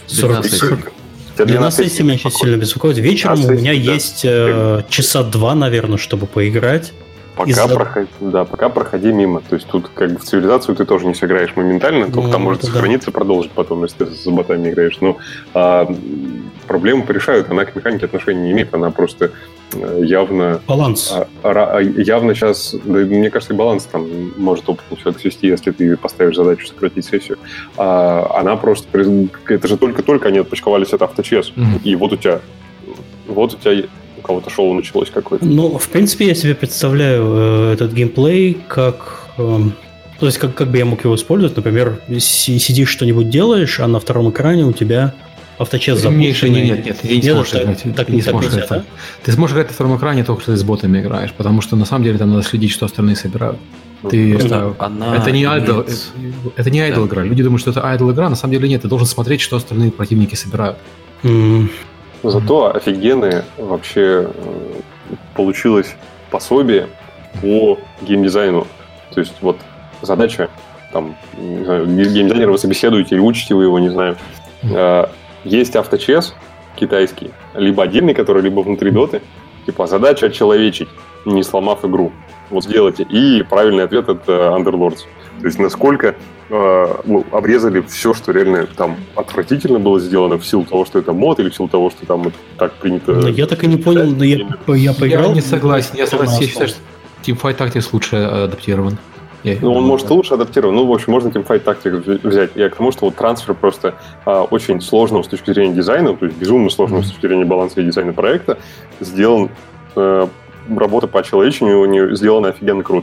12 меня сейчас сильно беспокоит. Вечером у меня есть часа 2, наверное, чтобы поиграть. Пока проходи мимо. То есть тут как бы в цивилизацию ты тоже не сыграешь моментально, только там может сохраниться, продолжить потом, если ты с ботами играешь. Но проблему порешают, она к механике отношения не имеет, она просто явно... Баланс. Явно сейчас, мне кажется, и баланс там может опытный человек свести, если ты поставишь задачу сократить сессию. Она просто... Это же только-только они отпочковались от авточес. И вот у тебя у кого-то шоу началось какое-то. В принципе, я себе представляю этот геймплей как... То есть, как бы я мог его использовать. Например, сидишь, что-нибудь делаешь, а на втором экране у тебя авточес запущенный. Нет, ты не сможешь играть. Ты сможешь играть на втором экране только если ты с ботами играешь, потому что на самом деле там надо следить, что остальные собирают. Это не idle игра. Люди думают, что это idle игра, на самом деле нет. Ты должен смотреть, что остальные противники собирают. Зато офигенное вообще получилось пособие по геймдизайну. То есть вот задача, там, не знаю, геймдизайнера вы собеседуете или учите вы его, не знаю. Есть авточес китайский, либо отдельный, который либо внутри доты. Типа задача очеловечить, не сломав игру. Вот сделайте. И правильный ответ — это Underlords. То есть насколько обрезали все, что реально там отвратительно было сделано в силу того, что это мод, или в силу того, что там так принято... Я так и не понял, но я поиграл. Я не согласен. Я считаю, что Teamfight Tactics лучше адаптирован. Он может лучше адаптирован. В общем, можно Teamfight Tactics взять. Я к тому, что вот трансфер просто очень сложного с точки зрения дизайна, то есть безумно сложного с точки зрения баланса и дизайна проекта, сделан... Работа по человечению у нее сделана офигенно круто.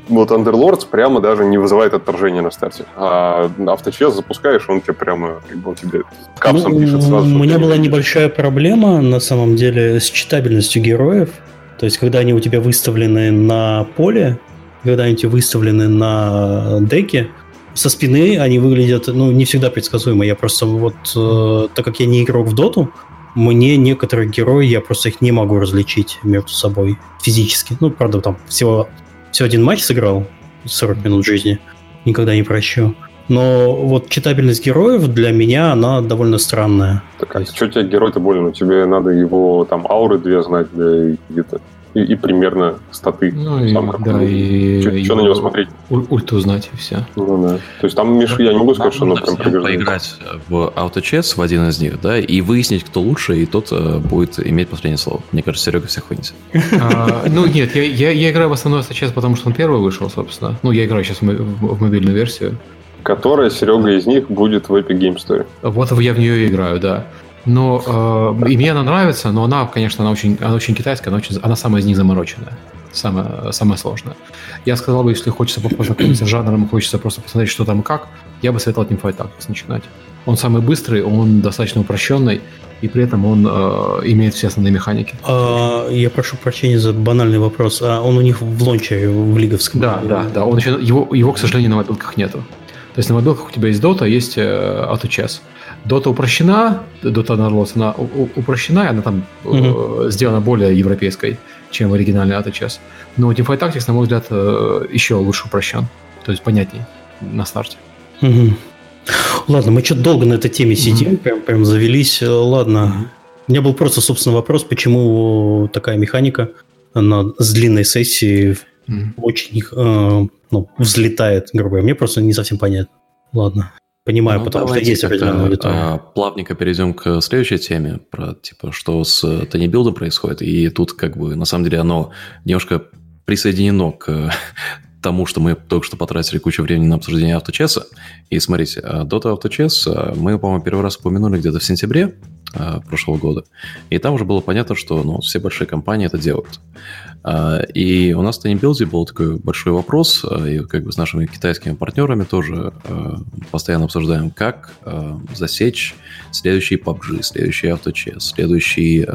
вот Underlords прямо даже не вызывает отторжения на старте. А авточес запускаешь, он тебе прямо, как бы он тебе капсом пишет сразу. У меня была небольшая проблема, на самом деле, с читабельностью героев. То есть, когда они у тебя выставлены на поле, когда они у тебя выставлены на деке, со спины они выглядят, не всегда предсказуемо. Я просто так как я не игрок в доту, мне некоторые герои, я просто их не могу различить между собой физически. Правда, там всего один матч сыграл, 40 минут жизни, никогда не прощу. Но вот читабельность героев для меня, она довольно странная. Так, а что тебе герой-то болен? Тебе надо его там ауры 2 знать, да, где-то. И примерно статы. Что на него смотреть? Ульту знать и все. Да. То есть там, Миша, я не могу сказать, что оно прям прибежит. Поиграть в авточес в один из них, да, и выяснить, кто лучше, и тот будет иметь последнее слово. Мне кажется, Серега всех вынесет. Нет, я играю в основной авточес, потому что он первый вышел, собственно. Я играю сейчас в мобильную версию. Которая, Серега, из них будет в Epic Game Store. Вот я в нее играю, да. Но и мне она нравится, но она, конечно, она очень китайская, она самая из них замороченная, самая сложная. Я сказал бы, если хочется познакомиться с жанром, хочется просто посмотреть, что там и как, я бы советовал Teamfight Tactics начинать. Он самый быстрый, он достаточно упрощенный, и при этом он имеет все основные механики. Я прошу прощения за банальный вопрос. А он у них в лончере, в лиговском? Да. Он еще, его, к сожалению, на мобилках нету. То есть на мобилках у тебя есть Dota, есть AutoChess. Dota упрощена, Dota Underlords, она упрощена, она там сделана более европейской, чем оригинальный AutoChess. Но Teamfight Tactics, на мой взгляд, еще лучше упрощен. То есть понятней на старте. Ладно, мы что-то долго на этой теме сидим, прям завелись. Ладно. У меня был просто, собственно, вопрос, почему такая механика с длинной сессией очень взлетает, грубо говоря. Мне просто не совсем понятно. Ладно. Понимаю, потому что есть определенная аудитория. Плавненько перейдем к следующей теме, про что с тайнибилдом происходит. И тут на самом деле оно немножко присоединено к тому, что мы только что потратили кучу времени на обсуждение авточеса. И смотрите, Dota Autochess мы, по-моему, первый раз упомянули где-то в сентябре прошлого года. И там уже было понятно, что все большие компании это делают. И у нас в тайнибилде был такой большой вопрос, и с нашими китайскими партнерами тоже постоянно обсуждаем, как засечь следующий PUBG, следующий авточес, следующий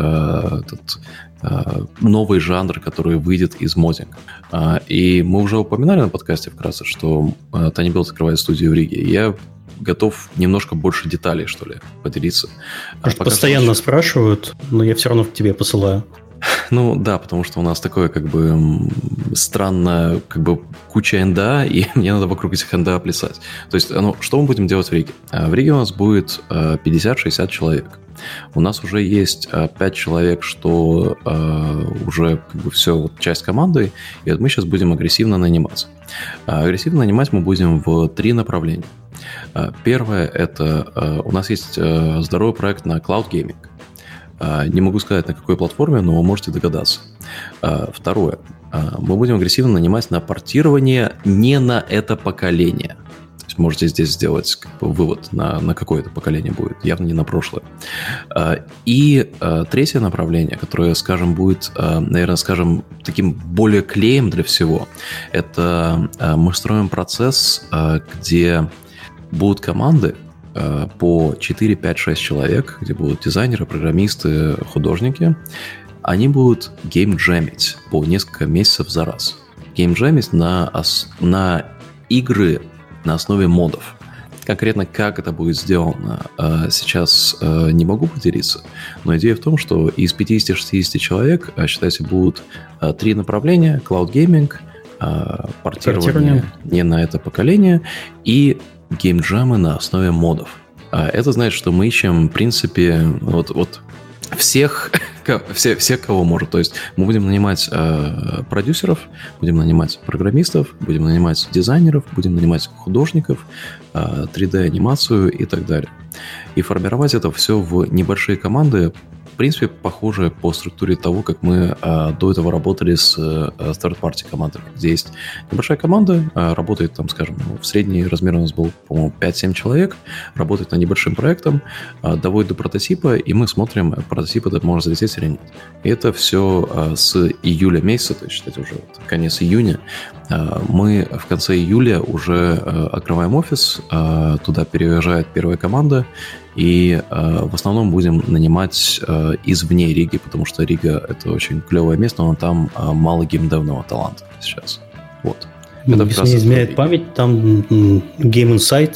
новый жанр, который выйдет из моддинга. И мы уже упоминали на подкасте вкратце, что тайнибилд открывает студию в Риге. Я готов немножко больше деталей, что ли, поделиться. Постоянно спрашивают, но я все равно к тебе посылаю. Да, потому что у нас такое странно, куча НДА, и мне надо вокруг этих НДА плясать. То есть, что мы будем делать в Риге? В Риге у нас будет 50-60 человек. У нас уже есть 5 человек, что уже все, часть команды, и мы сейчас будем агрессивно наниматься. Агрессивно нанимать мы будем в 3 направления. Первое, это у нас есть здоровый проект на Cloud Gaming. Не могу сказать, на какой платформе, но вы можете догадаться. Второе, мы будем агрессивно нанимать на портирование не на это поколение. То есть можете здесь сделать вывод, на какое это поколение будет, явно не на прошлое. И третье направление, которое, будет, наверное, таким более клеем для всего, это мы строим процесс, где будут команды по 4, 5, 6 человек, где будут дизайнеры, программисты, художники. Они будут геймджемить по несколько месяцев за раз. Геймджемить на игры на основе модов. Конкретно как это будет сделано, сейчас не могу поделиться, но идея в том, что из 50-60 человек, считайте, будут 3 направления: Cloud Gaming, портирование не на это поколение и геймджамы на основе модов. Это значит, что мы ищем, в принципе, всех, кого может. То есть мы будем нанимать продюсеров, будем нанимать программистов, будем нанимать дизайнеров, будем нанимать художников, 3D-анимацию и так далее. И формировать это все в небольшие команды принципе, похоже по структуре того, как мы до этого работали с third-party командами, где есть небольшая команда, работает там, скажем, в средний размер у нас был, по-моему, 5-7 человек, работает над небольшим проектом, доводит до прототипа, и мы смотрим, прототип этот может залететь или нет. И это все с июля месяца, то есть, считайте, уже конец июня, мы в конце июля уже открываем офис, туда переезжает первая команда, и в основном будем нанимать извне Риги, потому что Рига — это очень клевое место, но там мало геймдевного таланта сейчас. Вот. Это если не изменяет память, там Game Insight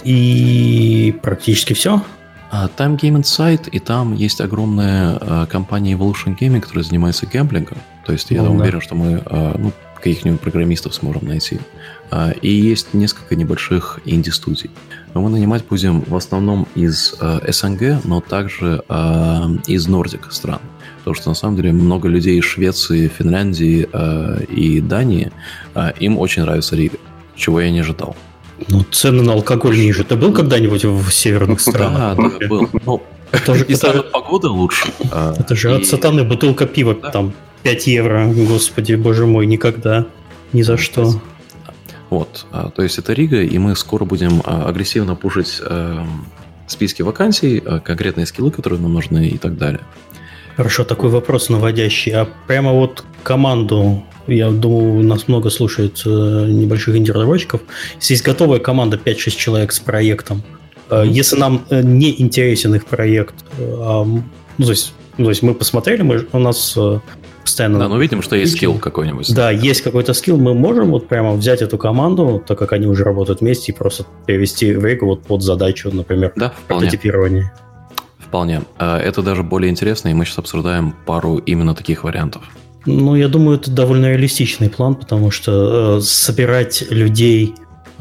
и практически все. Там Game Insight, и там есть огромная компания Evolution Gaming, которая занимается гэмблингом. То есть я уверен, что мы каких-нибудь программистов сможем найти. И есть несколько небольших инди-студий. Но мы нанимать будем в основном из СНГ, но также из Нордик стран. Потому что, на самом деле, много людей из Швеции, Финляндии и Дании, им очень нравится Рига, чего я не ожидал. Ну, цены на алкоголь ниже. Ты был когда-нибудь в северных странах? Да, был. Ну, и погода лучше. Это же от сатаны бутылка пива, там, 5 евро. Господи, боже мой, никогда. Ни за что. Вот, то есть это Рига, и мы скоро будем агрессивно пушить списки вакансий, конкретные скиллы, которые нам нужны и так далее. Хорошо, такой вопрос наводящий. А прямо вот команду, я думаю, нас много слушает небольших инди-разработчиков. Если есть готовая команда 5-6 человек с проектом, если нам не интересен их проект, то есть мы посмотрели, у нас постоянно... Да, но видим, что есть скилл какой-нибудь. Да, есть какой-то скилл, мы можем вот прямо взять эту команду, так как они уже работают вместе, и просто перевести в Ригу вот под задачу, например, прототипирования. Вполне. Это даже более интересно, и мы сейчас обсуждаем пару именно таких вариантов. Ну, я думаю, это довольно реалистичный план, потому что собирать людей,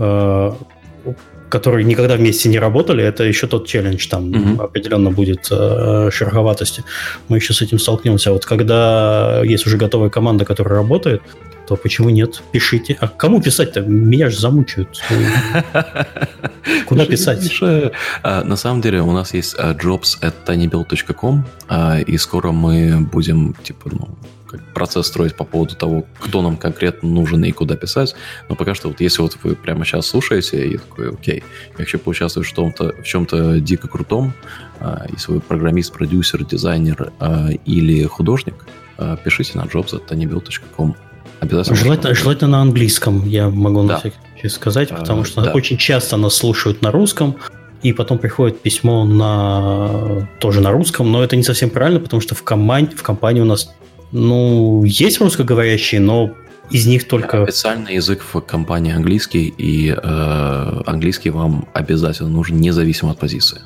которые никогда вместе не работали, это еще тот челлендж, там определенно будет шероховатости. Мы еще с этим столкнемся. А вот когда есть уже готовая команда, которая работает, то почему нет? Пишите. А кому писать-то? Меня же замучают. Куда писать? На самом деле у нас есть jobs@tinybuild.com, и скоро мы будем, процесс строить по поводу того, кто нам конкретно нужен и куда писать. Но пока что, вот если вот вы прямо сейчас слушаете, и такой, окей, я хочу поучаствовать в чем-то дико крутом, если вы программист, продюсер, дизайнер или художник, пишите на jobs@tinybuild.com. Желательно на английском, я могу на всякий случай сказать, потому что очень часто нас слушают на русском, и потом приходит письмо тоже на русском, но это не совсем правильно, потому что в компании у нас есть русскоговорящие, но из них только... Официальный язык в компании английский, и английский вам обязательно нужен, независимо от позиции.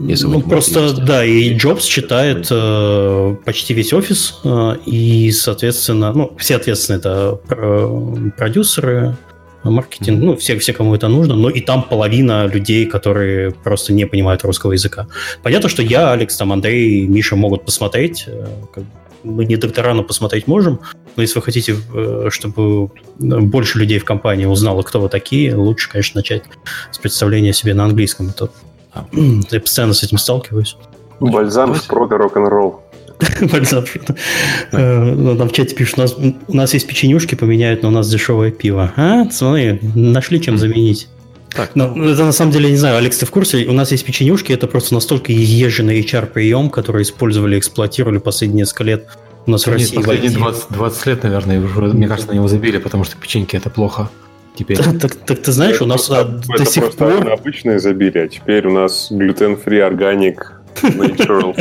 И Jobs читает почти весь офис, и, соответственно, все ответственные это продюсеры, маркетинг, все, кому это нужно, но и там половина людей, которые просто не понимают русского языка. Понятно, что я, Алекс, Андрей, Миша могут посмотреть, мы не доктора, но посмотреть можем, но если вы хотите, чтобы больше людей в компании узнало, кто вы такие, лучше, конечно, начать с представления о себе на английском. Я постоянно с этим сталкиваюсь. Бальзам, шпрот и рок-н-ролл. Бальзам. Там в чате пишут, у нас есть печенюшки, поменяют, но у нас дешевое пиво. Смотри, нашли чем заменить. Это на самом деле, я не знаю, Алекс, ты в курсе? У нас есть печенюшки, это просто настолько изъезженный HR-прием, который использовали, эксплуатировали последние несколько лет у нас в России. Последние 20 лет, наверное, мне кажется, на него забили, потому что печеньки это плохо. Теперь. Так ты знаешь, у нас до сих пор... обычное забили, а теперь у нас глютен-фри, органик, natural.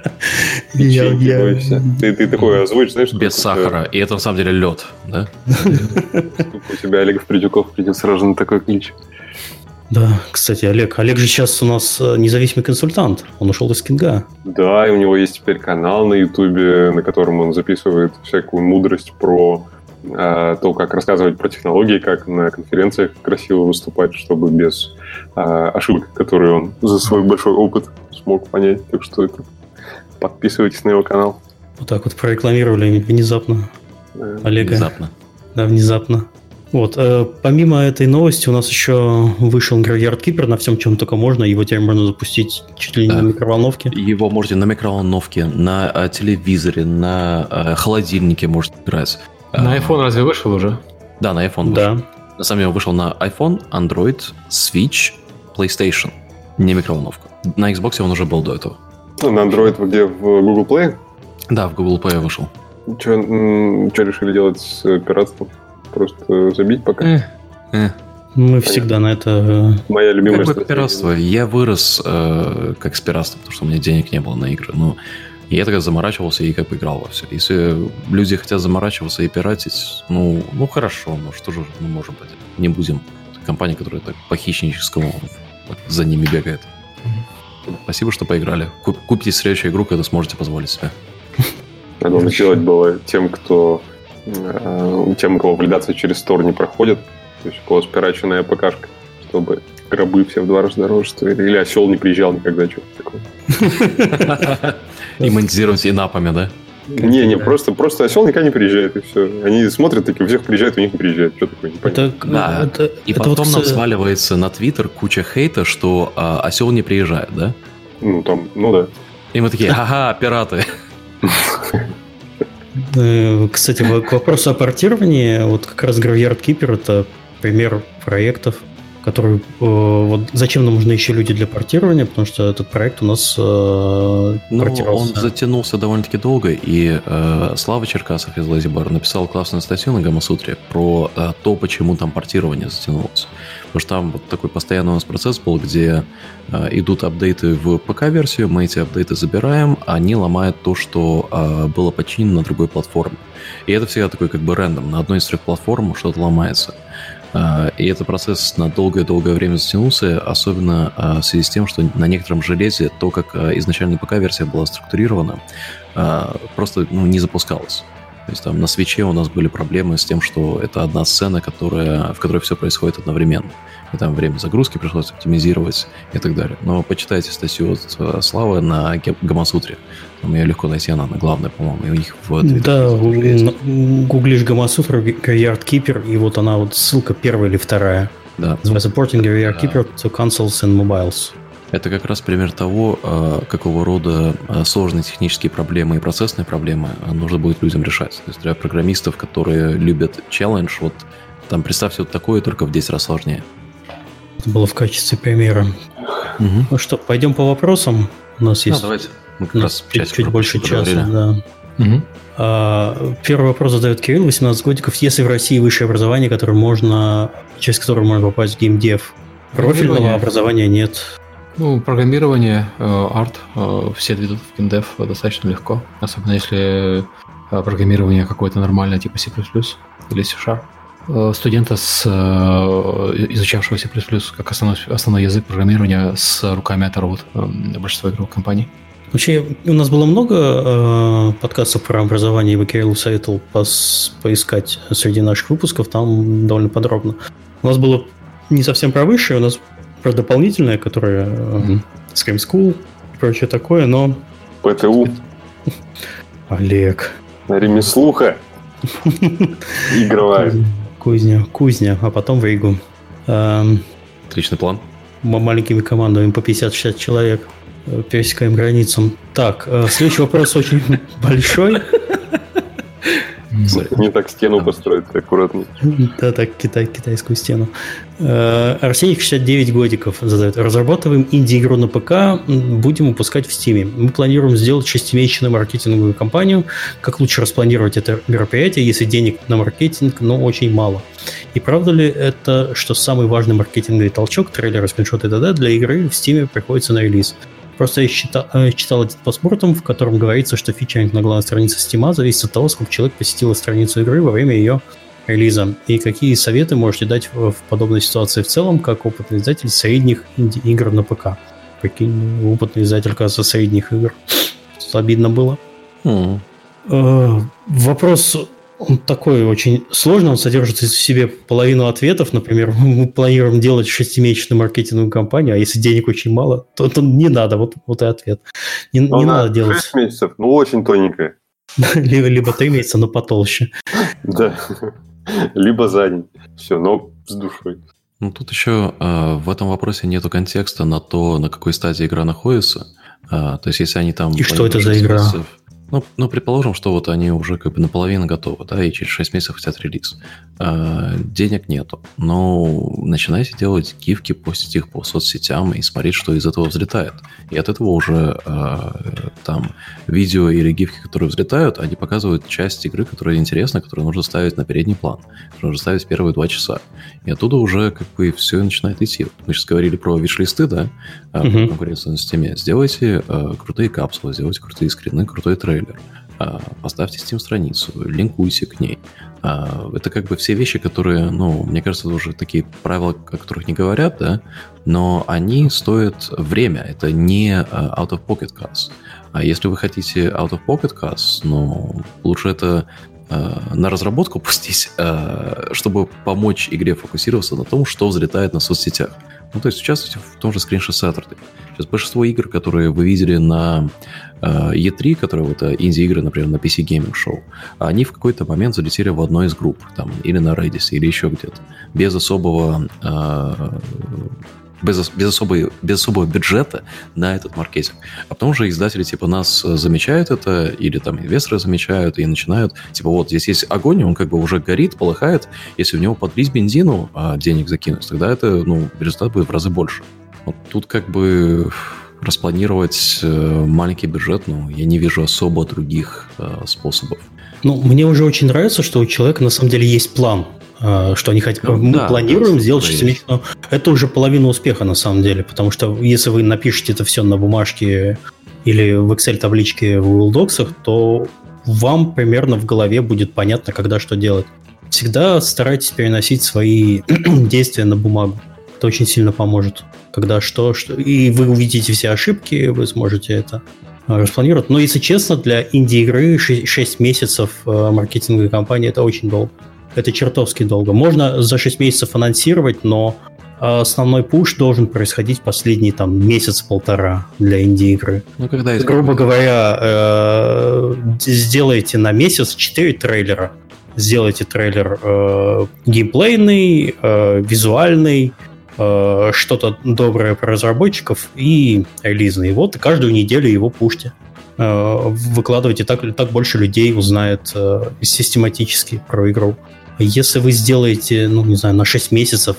Ты такой озвучишь, знаешь... Без сахара, и это на самом деле лед, да? У тебя Олег Придюков придет сразу на такой клич. Да, кстати, Олег же сейчас у нас независимый консультант. Он ушел из Кинга. Да, и у него есть теперь канал на Ютубе, на котором он записывает всякую мудрость про то, как рассказывать про технологии, как на конференциях красиво выступать, чтобы без ошибок, которые он за свой большой опыт смог понять. Так что подписывайтесь на его канал. Вот так вот прорекламировали внезапно Олега. Внезапно. Да, внезапно. Вот, помимо этой новости у нас еще вышел Graveyard Keeper на всем, чем только можно. Его теперь можно запустить чуть ли не на микроволновке. Его можете на микроволновке, на телевизоре, на холодильнике можете играть. На iPhone разве вышел уже? Да, на iPhone вышел. На самом деле вышел на iPhone, Android, Switch, PlayStation. Не микроволновка. На Xbox он уже был до этого. На Android где? В Google Play? Да, в Google Play вышел. Что решили делать с пиратством? Просто забить пока? Мы всегда на это... Моя любимая стратегия. Пиратство. Я вырос как с пиратством, потому что у меня денег не было на игры. Но я тогда заморачивался и как бы играл во все. Если люди хотят заморачиваться и пиратить, ну хорошо, но что же мы можем поделать? Не будем. Это компания, которая так по-хищническому за ними бегает. Спасибо, что поиграли. Купите следующую игру, когда сможете позволить себе. Надо сделать было тем, у кого валидация через Store не проходит, то есть у кого спираченная ПКшка, чтобы гробы все в 2 раза дороже стоили. Или осел не приезжал никогда, что-то такое. И монетизируемся инапами, да? Не, просто осел никогда не приезжает, и все. Они смотрят, такие, у всех приезжает, у них не приезжает. Что такое, непонятно. И потом нам сваливается на Твиттер куча хейта, что осел не приезжает, да? Ну да. И мы такие, ага, пираты. Кстати, к вопросу о портировании, вот как раз Graveyard Keeper — это пример проектов, который... Вот зачем нам нужны еще люди для портирования, потому что этот проект у нас портировался. Он затянулся довольно-таки долго, и Слава Черкасов из LazyBar написал классную статью на Гамасутре про то, почему там портирование затянулось. Потому что там вот такой постоянный у нас процесс был, где идут апдейты в ПК-версию, мы эти апдейты забираем, а они ломают то, что было починено на другой платформе. И это всегда такой как бы рандом. На одной из 3 платформ что-то ломается. И этот процесс на долгое-долгое время затянулся, особенно в связи с тем, что на некотором железе то, как изначально ПК-версия была структурирована, просто не запускалось. То есть там на свитче у нас были проблемы с тем, что это одна сцена, в которой все происходит одновременно. И там время загрузки пришлось оптимизировать и так далее. Но почитайте статью от Славы на Гамасутре. Там ее легко найти, она главная, по-моему, и у них в Твиттере. Да, гуглишь Гамасутра, Graveyard Keeper, и вот она, вот ссылка первая или вторая. Да. Называется Porting Graveyard Keeper to Consoles and Mobiles. Это как раз пример того, какого рода сложные технические проблемы и процессные проблемы нужно будет людям решать. То есть для программистов, которые любят челлендж, вот там представьте вот такое, только в 10 раз сложнее. Это было в качестве примера. Угу. Ну что, пойдем по вопросам. У нас есть давайте. Мы как раз чуть больше часа. Да. Угу. Первый вопрос задает Кирилл, 18 годиков. Если в России высшее образование, через которое можно попасть в геймдев, профильного образования нет. Ну, программирование, арт, все ведут в геймдев достаточно легко. Особенно если программирование какое-то нормальное, типа C++ или C#. Студента, изучавшего C++ как основной язык программирования, с руками оторвут большинство игровых компаний. Вообще, у нас было много подкастов про образование, и Кирилл советовал поискать среди наших выпусков, там довольно подробно. У нас было не совсем про высшее, у нас про дополнительное, которое Scream School и прочее такое, но... ПТУ. Олег. Ремеслуха. Игровая. Кузня, а потом в Ригу. Отличный план. Маленькими командами по 50-60 человек пересекаем границу. Так, следующий вопрос очень большой. Не так стену построить, аккуратно. Да, так, китайскую стену. Арсений, 69 годиков, задает. Разрабатываем инди-игру на ПК, будем выпускать в Steam. Мы планируем сделать 6-месячную маркетинговую кампанию. Как лучше распланировать это мероприятие, если денег на маркетинг, но очень мало? И правда ли это, что самый важный маркетинговый толчок, трейлеры, скриншоты и т.д. для игры в Steam приходится на релиз? Просто я читал один постмортем, в котором говорится, что фичеринг на главной странице Steam зависит от того, сколько человек посетило страницу игры во время ее релиза. И какие советы можете дать в подобной ситуации в целом, как опытный издатель средних инди-игр на ПК? Прикинь, опытный издатель, кажется, средних игр. Что-то обидно было. Вопрос... Он такой очень сложный, он содержит в себе половину ответов. Например, мы планируем делать 6-месячную маркетинговую кампанию, а если денег очень мало, то не надо. Вот и ответ. Не надо делать. 6 месяцев, очень тоненькая. Либо 3 месяца, но потолще. Да. Либо за день. Все, но с душой. Ну, тут еще в этом вопросе нету контекста на то, на какой стадии игра находится. То есть, если они там... И что это за игра? Ну, предположим, что вот они уже как бы наполовину готовы, да, и через 6 месяцев хотят релиз. Денег нету. Но начинайте делать гифки, постить их по соцсетям и смотреть, что из этого взлетает. И от этого уже там видео или гифки, которые взлетают, они показывают часть игры, которая интересна, которую нужно ставить на передний план, которую нужно ставить в первые 2 часа. И оттуда уже как бы все начинает идти. Мы сейчас говорили про виш-листы, да, про конкуренцию на Steam. Сделайте крутые капсулы, сделайте крутые скрины, крутой трейлер. Поставьте Steam-страницу, линкуйте к ней. Это как бы все вещи, которые, ну, мне кажется, это уже такие правила, о которых не говорят, да, но они стоят время. Это не out-of-pocket cost. А если вы хотите out-of-pocket cost, ну, лучше это на разработку пустить, чтобы помочь игре фокусироваться на том, что взлетает на соцсетях. Ну, то есть участвуйте в том же Screenshot Saturday. Сейчас большинство игр, которые вы видели на E3, которые вот инди-игры, например, на PC Gaming Show, они в какой-то момент залетели в одной из групп, там, или на Reddit, или еще где-то, без особого бюджета на этот маркетинг. А потом же издатели типа нас замечают это, или там инвесторы замечают и начинают, типа вот здесь есть огонь, он как бы уже горит, полыхает, если в него подлить бензину, а денег закинуть, тогда это, ну, результат будет в разы больше. Вот тут как бы распланировать маленький бюджет, ну, я не вижу особо других способов. Ну, мне уже очень нравится, что у человека на самом деле есть план, что они хотят. Мы планируем сделать 6-месячную. Это уже половина успеха на самом деле, потому что если вы напишете это все на бумажке или в Excel-табличке в Google Docs, то вам примерно в голове будет понятно, когда что делать. Всегда старайтесь переносить свои действия на бумагу. Это очень сильно поможет. Когда что, и вы увидите все ошибки, вы сможете это распланировать. Но, если честно, для инди-игры 6 месяцев маркетинговой кампании – это очень долго. Это чертовски долго. Можно за 6 месяцев анонсировать, но основной пуш должен происходить последний там месяц-полтора для инди-игры. Ну, когда грубо говоря, сделайте на месяц 4 трейлера. Сделайте трейлер геймплейный, визуальный, что-то доброе про разработчиков и релизный. Вот, и каждую неделю его пушьте. Выкладывайте, так больше людей узнает систематически про игру. Если вы сделаете, ну, не знаю, на 6 месяцев...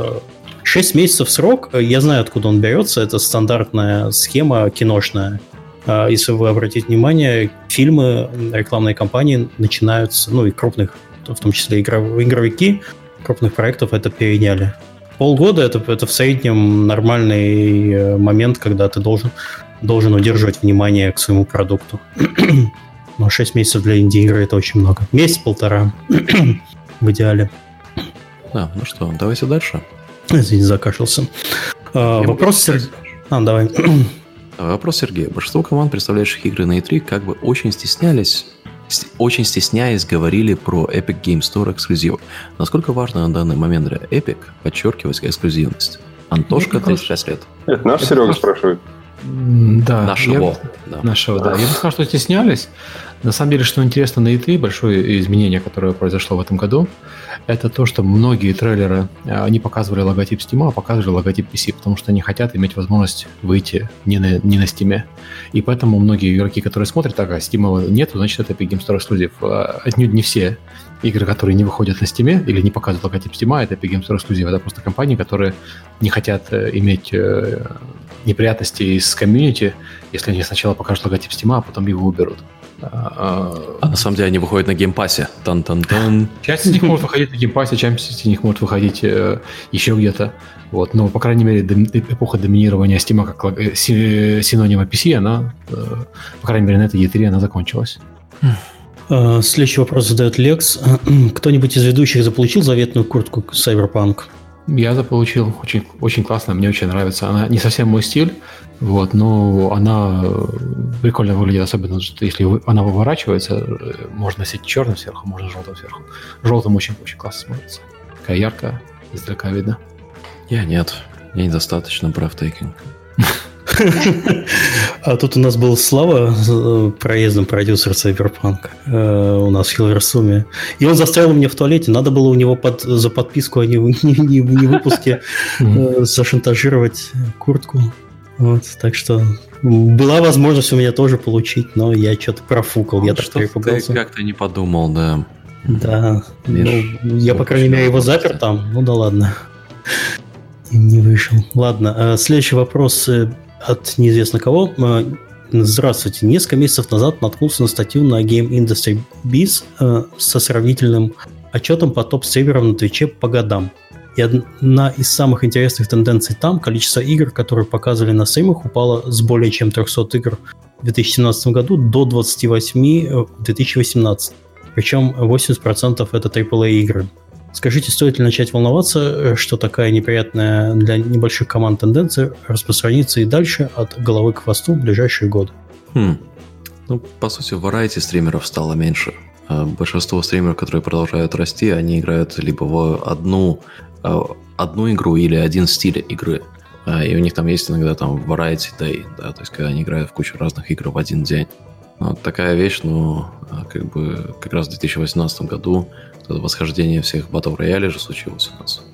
6 месяцев срок, я знаю, откуда он берется, это стандартная схема киношная. Если вы обратите внимание, фильмы, рекламные кампании начинаются, ну, и крупных, в том числе игровики крупных проектов это переняли. Полгода это в среднем нормальный момент, когда ты должен удерживать внимание к своему продукту. Но 6 месяцев для инди-игры это очень много. Месяц-полтора в идеале. Да, ну что, давайте дальше. Извини, закашлялся. Вопрос Сергея. Давай. Вопрос Сергея. Большинство команд, представляющих игры на E3, как бы очень стесняясь, говорили про Epic Game Store эксклюзивы. Насколько важно на данный момент для Epic подчеркивать эксклюзивность? Антошка, 36 лет. Это наш Серега спрашивает. Да. Нашего, да. Я бы сказал, что стеснялись. На самом деле, что интересно на E3, большое изменение, которое произошло в этом году, это то, что многие трейлеры не показывали логотип Steam, а показывали логотип PC, потому что они хотят иметь возможность выйти не на Steam. И поэтому многие игроки, которые смотрят, так, а Steam нету, значит, это Epic Game Store Exclusive. Отнюдь не все игры, которые не выходят на Steam или не показывают логотип Steam, это Epic Game Store Exclusive. Это просто компании, которые не хотят иметь неприятности из комьюнити, если они сначала покажут логотип Steam, а потом его уберут. А на самом деле они выходят на геймпассе. Тан-тан-тан. Часть из них может выходить на геймпассе, часть из них может выходить еще где-то. Вот. Но, по крайней мере, эпоха доминирования Steam как синонима PC, она, по крайней мере, на этой E3 она закончилась. Следующий вопрос задает Лекс. Кто-нибудь из ведущих заполучил заветную куртку Cyberpunk? Я заполучил. Очень, очень классно, мне очень нравится. Она не совсем мой стиль, вот, но она прикольно выглядит, особенно если она выворачивается. Можно носить черным сверху, можно желтым сверху. Желтым очень-очень классно смотрится. Такая яркая, издалека видно. Я нет. Я недостаточно breathtaking. А тут у нас был Слава, проездом продюсер Cyberpunk у нас в Хилверсуме. И он застрял меня в туалете. Надо было у него за подписку о не выпуске зашантажировать куртку. Вот, так что была возможность у меня тоже получить, но я что-то профукал. Я так перепугался. Ты как-то не подумал, да. Да. Я, по крайней мере, его запер там. Ну да ладно. И не вышел. Ладно, следующий вопрос от неизвестно кого. Здравствуйте. Несколько месяцев назад наткнулся на статью на Game Industry Biz со сравнительным отчетом по топ-стримерам на Твиче по годам. И одна из самых интересных тенденций там — количество игр, которые показывали на стримах, упало с более чем 300 игр в 2017 году до 28 в 2018. Причем 80% это AAA игры. Скажите, стоит ли начать волноваться, что такая неприятная для небольших команд тенденция распространится и дальше от головы к хвосту в ближайшие годы? Ну, по сути, variety стримеров стало меньше. Большинство стримеров, которые продолжают расти, они играют либо в одну игру или один стиль игры. И у них там есть иногда там variety day, да, то есть когда они играют в кучу разных игр в один день. Вот такая вещь, как раз в 2018 году восхождение всех Battle Royale же случилось у нас.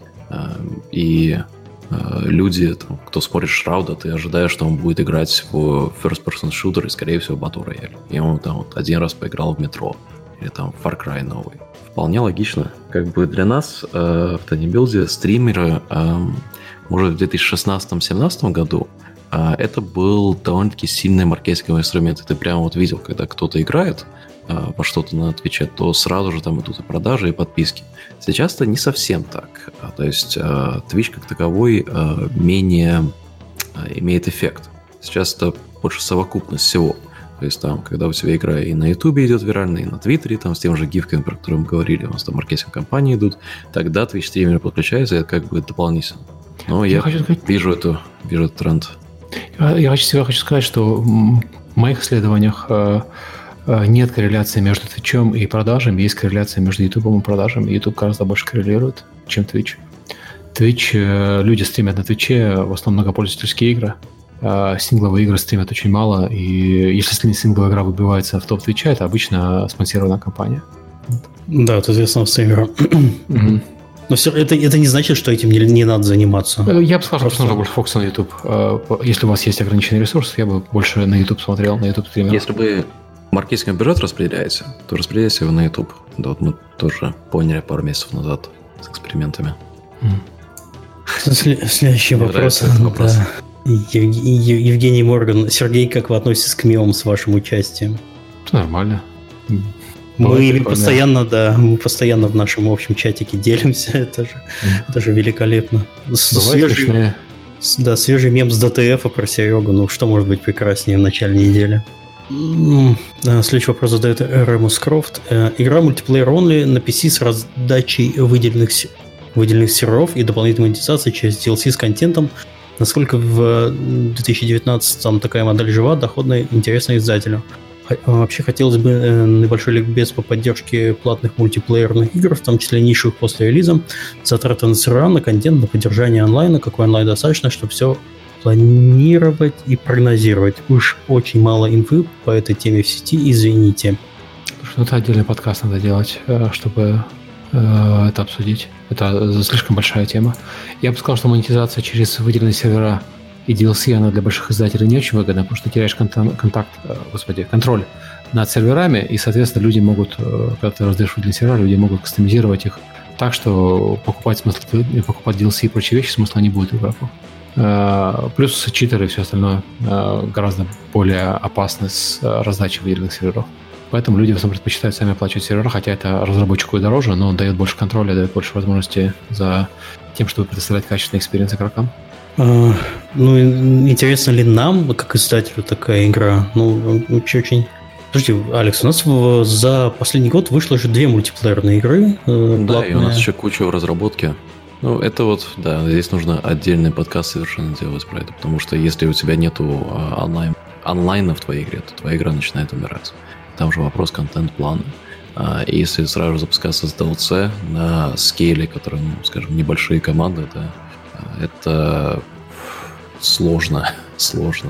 И люди, там, кто смотрит Шрауда, ты ожидаешь, что он будет играть в first-person shooter и, скорее всего, Battle Royale. И он там вот один раз поиграл в Metro или там Far Cry новый. Вполне логично. Как бы для нас в TinyBuild стримеры, может, в 2016-2017 году это был довольно-таки сильный маркетинговый инструмент. И ты прямо вот видел, когда кто-то играет во что-то на Твиче, то сразу же там идут и продажи, и подписки. Сейчас это не совсем так. То есть Twitch как таковой менее имеет эффект. Сейчас это больше совокупность всего. То есть там, когда у тебя игра и на Ютубе идет вирально, и на Твиттере, там с тем же гифками, про которые мы говорили, у нас там маркетинг-компании идут, тогда Twitch-стримеры подключаются, и это как бы дополнительно. Но я вижу этот тренд. Я хочу сказать, что в моих исследованиях нет корреляции между Твичом и продажами, есть корреляция между Ютубом и продажами. Ютуб гораздо больше коррелирует, чем Твич. Твич, люди стримят на Твиче, в основном многопользовательские игры. Сингловые игры стримят очень мало, и если сингловая игра выбивается в топ Твича, это обычно спонсированная компания. Да, это известно в стримерах. Но все, это не значит, что этим не надо заниматься. Я бы сказал, что нужно больше фокуса на YouTube. Если у вас есть ограниченный ресурс, я бы больше на YouTube смотрел, на YouTube стримеров. Если вы маркетинговый бюджет распределяете, то распределяйте его на YouTube. Да, вот мы тоже поняли пару месяцев назад с экспериментами. Следующий вопрос. Да. Евгений Морган. Сергей, как вы относитесь к мемам с вашим участием? Нормально. Мы постоянно в нашем общем чатике делимся. Это же великолепно. Свежий мем с ДТФ про Серегу. Ну, что может быть прекраснее в начале недели? Следующий вопрос задает Ремус Крофт. Игра мультиплеер only на PC с раздачей выделенных серверов и дополнительной монетизацией через DLC с контентом. Насколько в 2019 такая модель жива, доходная, интересная издателю? Вообще хотелось бы небольшой ликбез по поддержке платных мультиплеерных игр, в том числе нишевых после релиза, затраты на сервера, на контент, на поддержание онлайна, какой онлайн достаточно, чтобы все планировать и прогнозировать. Уж очень мало инфы по этой теме в сети, извините. Слушай, это отдельный подкаст надо делать, чтобы это обсудить. Это слишком большая тема. Я бы сказал, что монетизация через выделенные сервера и DLC, она для больших издателей не очень выгодна, потому что ты теряешь контроль над серверами, и, соответственно, люди могут, когда ты раздаешь выделенные сервера, люди могут кастомизировать их так, что покупать DLC и прочие вещи смысла не будет игроку. Плюс читеры и все остальное гораздо более опасны с раздачей выделенных серверов. Поэтому люди в основном предпочитают сами оплачивать сервера, хотя это разработчику и дороже, но он дает больше контроля, дает больше возможностей за тем, чтобы предоставлять качественный экспириенс игрокам. Ну, интересно ли нам, как издателю, такая игра? Ну, вообще очень... Подожди, Алекс, у нас за последний год вышло уже 2 мультиплеерные игры. Да, и у нас еще куча в разработке. Ну, это вот, да, здесь нужно отдельный подкаст совершенно делать про это, потому что если у тебя нету онлайна в твоей игре, то твоя игра начинает умирать. Там же вопрос контент-плана. И если сразу же запускаться с DLC на скейле, который, ну, скажем, небольшие команды, это сложно.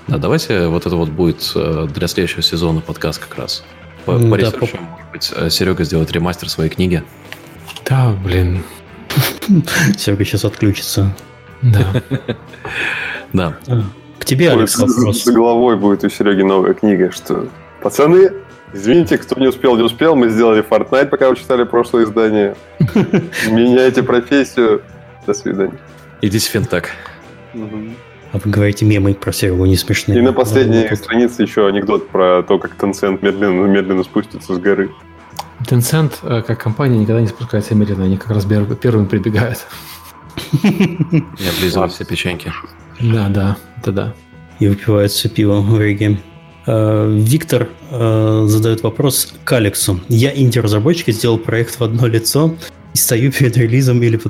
Да, давайте вот это вот будет для следующего сезона подкаст как раз. По ресерчу, может быть, Серега сделает ремастер своей книги. Да, блин. Серега сейчас отключится. Да. Да. К тебе, Алекс, вопрос. За головой будет у Сереги новая книга, что пацаны, извините, кто не успел, мы сделали Fortnite, пока вы читали прошлое издание. Меняйте профессию. До свидания. Идите в финтех. А вы говорите мемы про Серегу не смешные. И на последней странице еще анекдот про то, как Tencent медленно спустится с горы. Tencent, как компания, никогда не спускается медленно. Они как раз первыми прибегают. Я облизываю все печеньки. Да, это да. И выпивает все пиво в Риге. Виктор задает вопрос к Алексу. Я инди-разработчик, сделал проект в одно лицо и стою перед релизом или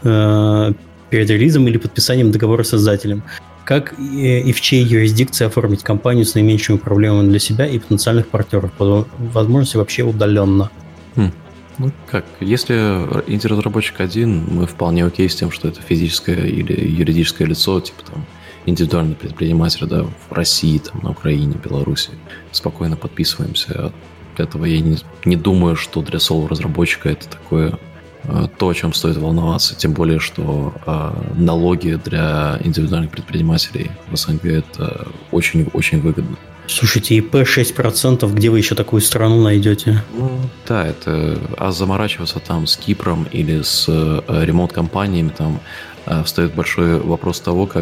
подписанием договора с создателем. Как и в чьей юрисдикции оформить компанию с наименьшими проблемами для себя и потенциальных партнеров? По возможности вообще удаленно. Ну как, если инди-разработчик один, мы вполне окей с тем, что это физическое или юридическое лицо, типа там индивидуальный предприниматель, да, в России, там, на Украине, Беларуси. Спокойно подписываемся. От этого я не думаю, что для соло-разработчика это такое то, о чем стоит волноваться. Тем более, что налоги для индивидуальных предпринимателей в СНГ это очень-очень выгодно. Слушайте, ИП 6%, где вы еще такую страну найдете? Ну, да, это... А заморачиваться там с Кипром или с ремонт-компаниями, там встает большой вопрос того, как...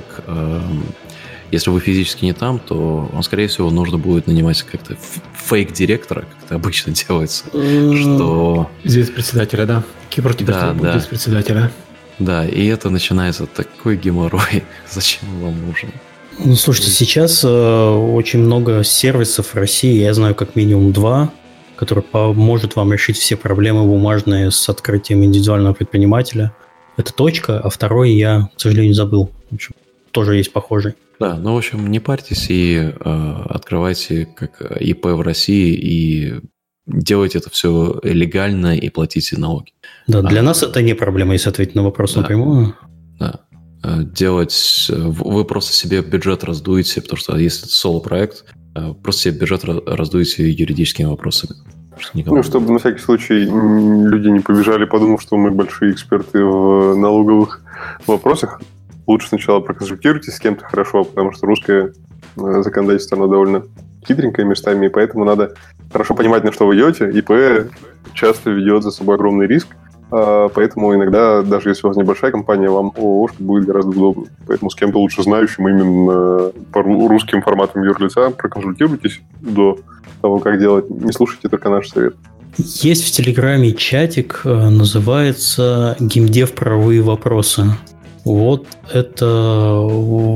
Если вы физически не там, то вам, скорее всего, нужно будет нанимать как-то фейк-директора, как это обычно делается, что... Здесь председателя, да. Кипр теперь будет здесь председателя. Да, и это начинается такой геморрой. Зачем он вам нужен? Ну, слушайте, сейчас очень много сервисов в России, я знаю как минимум 2, которые поможет вам решить все проблемы бумажные с открытием индивидуального предпринимателя. Это точка, а второй я, к сожалению, забыл. В общем, тоже есть похожий. Да, ну, в общем, не парьтесь и открывайте как ИП в России и делайте это все легально и платите налоги. Да, для нас это не проблема, если ответить на вопрос напрямую. Да. Делать... Вы просто себе бюджет раздуете, потому что если это соло-проект, просто себе бюджет раздуете юридическими вопросами. Ну, чтобы на всякий случай люди не побежали, подумав, что мы большие эксперты в налоговых вопросах. Лучше сначала проконсультируйтесь с кем-то хорошо, потому что русское законодательство, оно довольно хитренькое местами, и поэтому надо хорошо понимать, на что вы идете. ИП часто ведет за собой огромный риск, поэтому иногда, даже если у вас небольшая компания, вам ООшка будет гораздо удобнее. Поэтому с кем-то лучше знающим именно по русским форматам юрлица проконсультируйтесь до того, как делать. Не слушайте только наш совет. Есть в Телеграме чатик, называется «Геймдев правовые вопросы». Вот это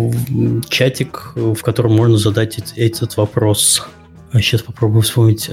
чатик, в котором можно задать этот вопрос. Сейчас попробую вспомнить.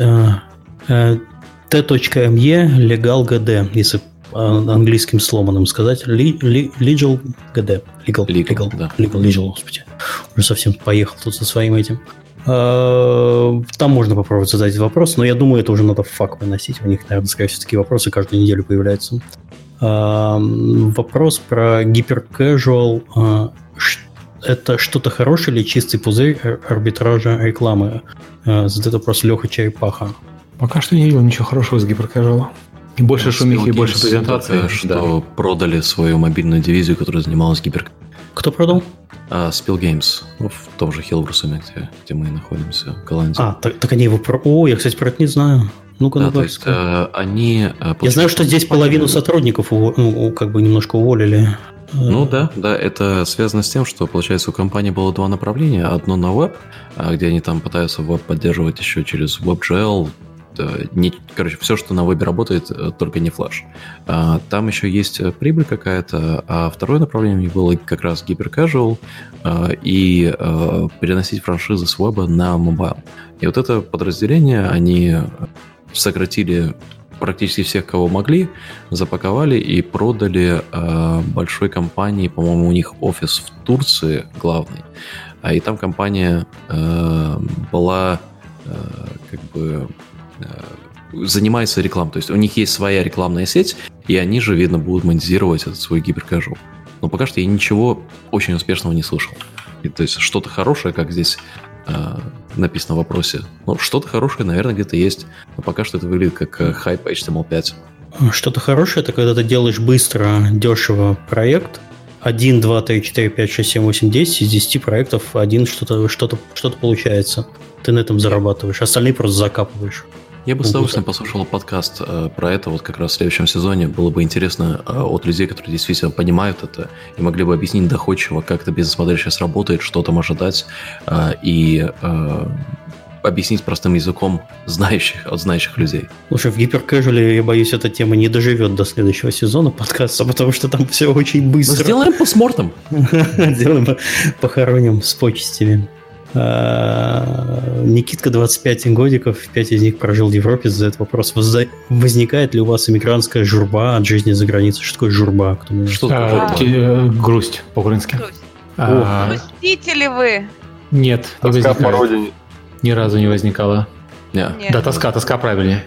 T.me legal.gd, если английским сломанным сказать. Legal GD. Legal, господи. Уже совсем поехал тут со своим этим. Там можно попробовать задать этот вопрос, но я думаю, это уже надо в фак выносить. У них, наверное, скорее всего, такие вопросы каждую неделю появляются. Вопрос про гиперкэжуал. Это что-то хорошее или чистый пузырь арбитража рекламы? Задает вопрос Леха Черепаха. Пока что не видел ничего хорошего с гиперкэжуала. И больше шумихи, и больше презентаций. Что продали свою мобильную дивизию, которая занималась гиперкэжуалом. Кто продал? Spill Games, в том же Хилбрусами, где мы находимся, в Голландии. Так они его... О, я, кстати, про это не знаю. Ну-ка, да, то есть они... Я знаю, что здесь половину сотрудников как бы немножко уволили. Ну да, это связано с тем, что, получается, у компании было 2 направления. Одно на веб, где они там пытаются веб поддерживать еще через WebGL. Короче, все, что на вебе работает, только не флеш. Там еще есть прибыль какая-то, а второе направление у них было как раз гиперкэжуал и переносить франшизы с веба на мобайл. И вот это подразделение они сократили практически всех, кого могли, запаковали и продали большой компании, по-моему, у них офис в Турции главный, и там компания была как бы занимается рекламой, то есть у них есть своя рекламная сеть, и они же, видно, будут монетизировать этот свой гиперкэжуал. Но пока что я ничего очень успешного не слышал. То есть что-то хорошее, как здесь написано в вопросе. Ну, что-то хорошее, наверное, где-то есть. Но пока что это выглядит как хайп HTML5. Что-то хорошее – это когда ты делаешь быстро, дешево проект. 1, 2, 3, 4, 5, 6, 7, 8, 10. Из 10 проектов один что-то получается. Ты на этом зарабатываешь. Остальные просто закапываешь. Я бы с удовольствием послушал подкаст про это вот как раз в следующем сезоне. Было бы интересно от людей, которые действительно понимают это и могли бы объяснить доходчиво, как эта бизнес-модель сейчас работает, что там ожидать, и объяснить простым языком от знающих людей. Слушай, в гиперкэжуале, я боюсь, эта тема не доживет до следующего сезона подкаста, потому что там все очень быстро. Ну, сделаем постмортем. Сделаем, похороним с почестями. Никитка, 25 годиков, 5 из них прожил в Европе. Задает вопрос: возникает ли у вас иммигрантская журба от жизни за границей? Что такое журба? Что такое? Грусть по-украински. Грустите ли вы? Нет, не Тоска возникает. по родине. Ни разу не возникало. Нет. Да, тоска правильнее.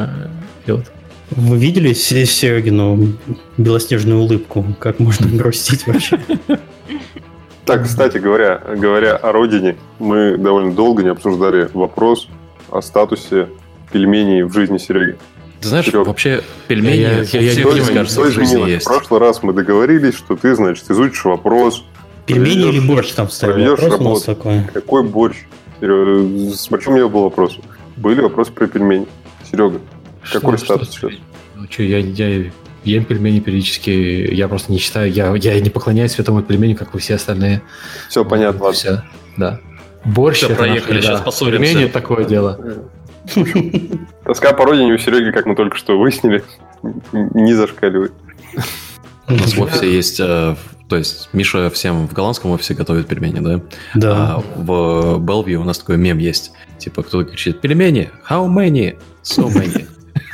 Вы видели Серегину белоснежную улыбку? Как можно грустить вообще? Так, кстати говоря о родине, мы довольно долго не обсуждали вопрос о статусе пельменей в жизни Сереги. Ты знаешь, Серег, вообще пельмени я мне кажется, в жизни есть. В прошлый раз мы договорились, что ты, значит, изучишь вопрос. Пельмени или борщ там стоял? Вопрос у нас такой. Какой борщ? Серега, с борщом у меня был вопрос. Были вопросы про пельмени. Серега, какой статус сейчас? Ну что, я ем пельмени периодически, я просто не считаю, я не поклоняюсь святому пельменю, как и все остальные. Все понятно, ладно. Все, да. Борщ Все, это проехали, наше, сейчас да. поссоримся. Пельмени это такое дело. Тоска по родине у Сереги, как мы только что выяснили, не зашкаливает. У нас в офисе есть... То есть Миша всем в голландском офисе готовит пельмени, да? Да. А в Белвью у нас такой мем есть. Типа кто-то кричит: пельмени, how many? So many.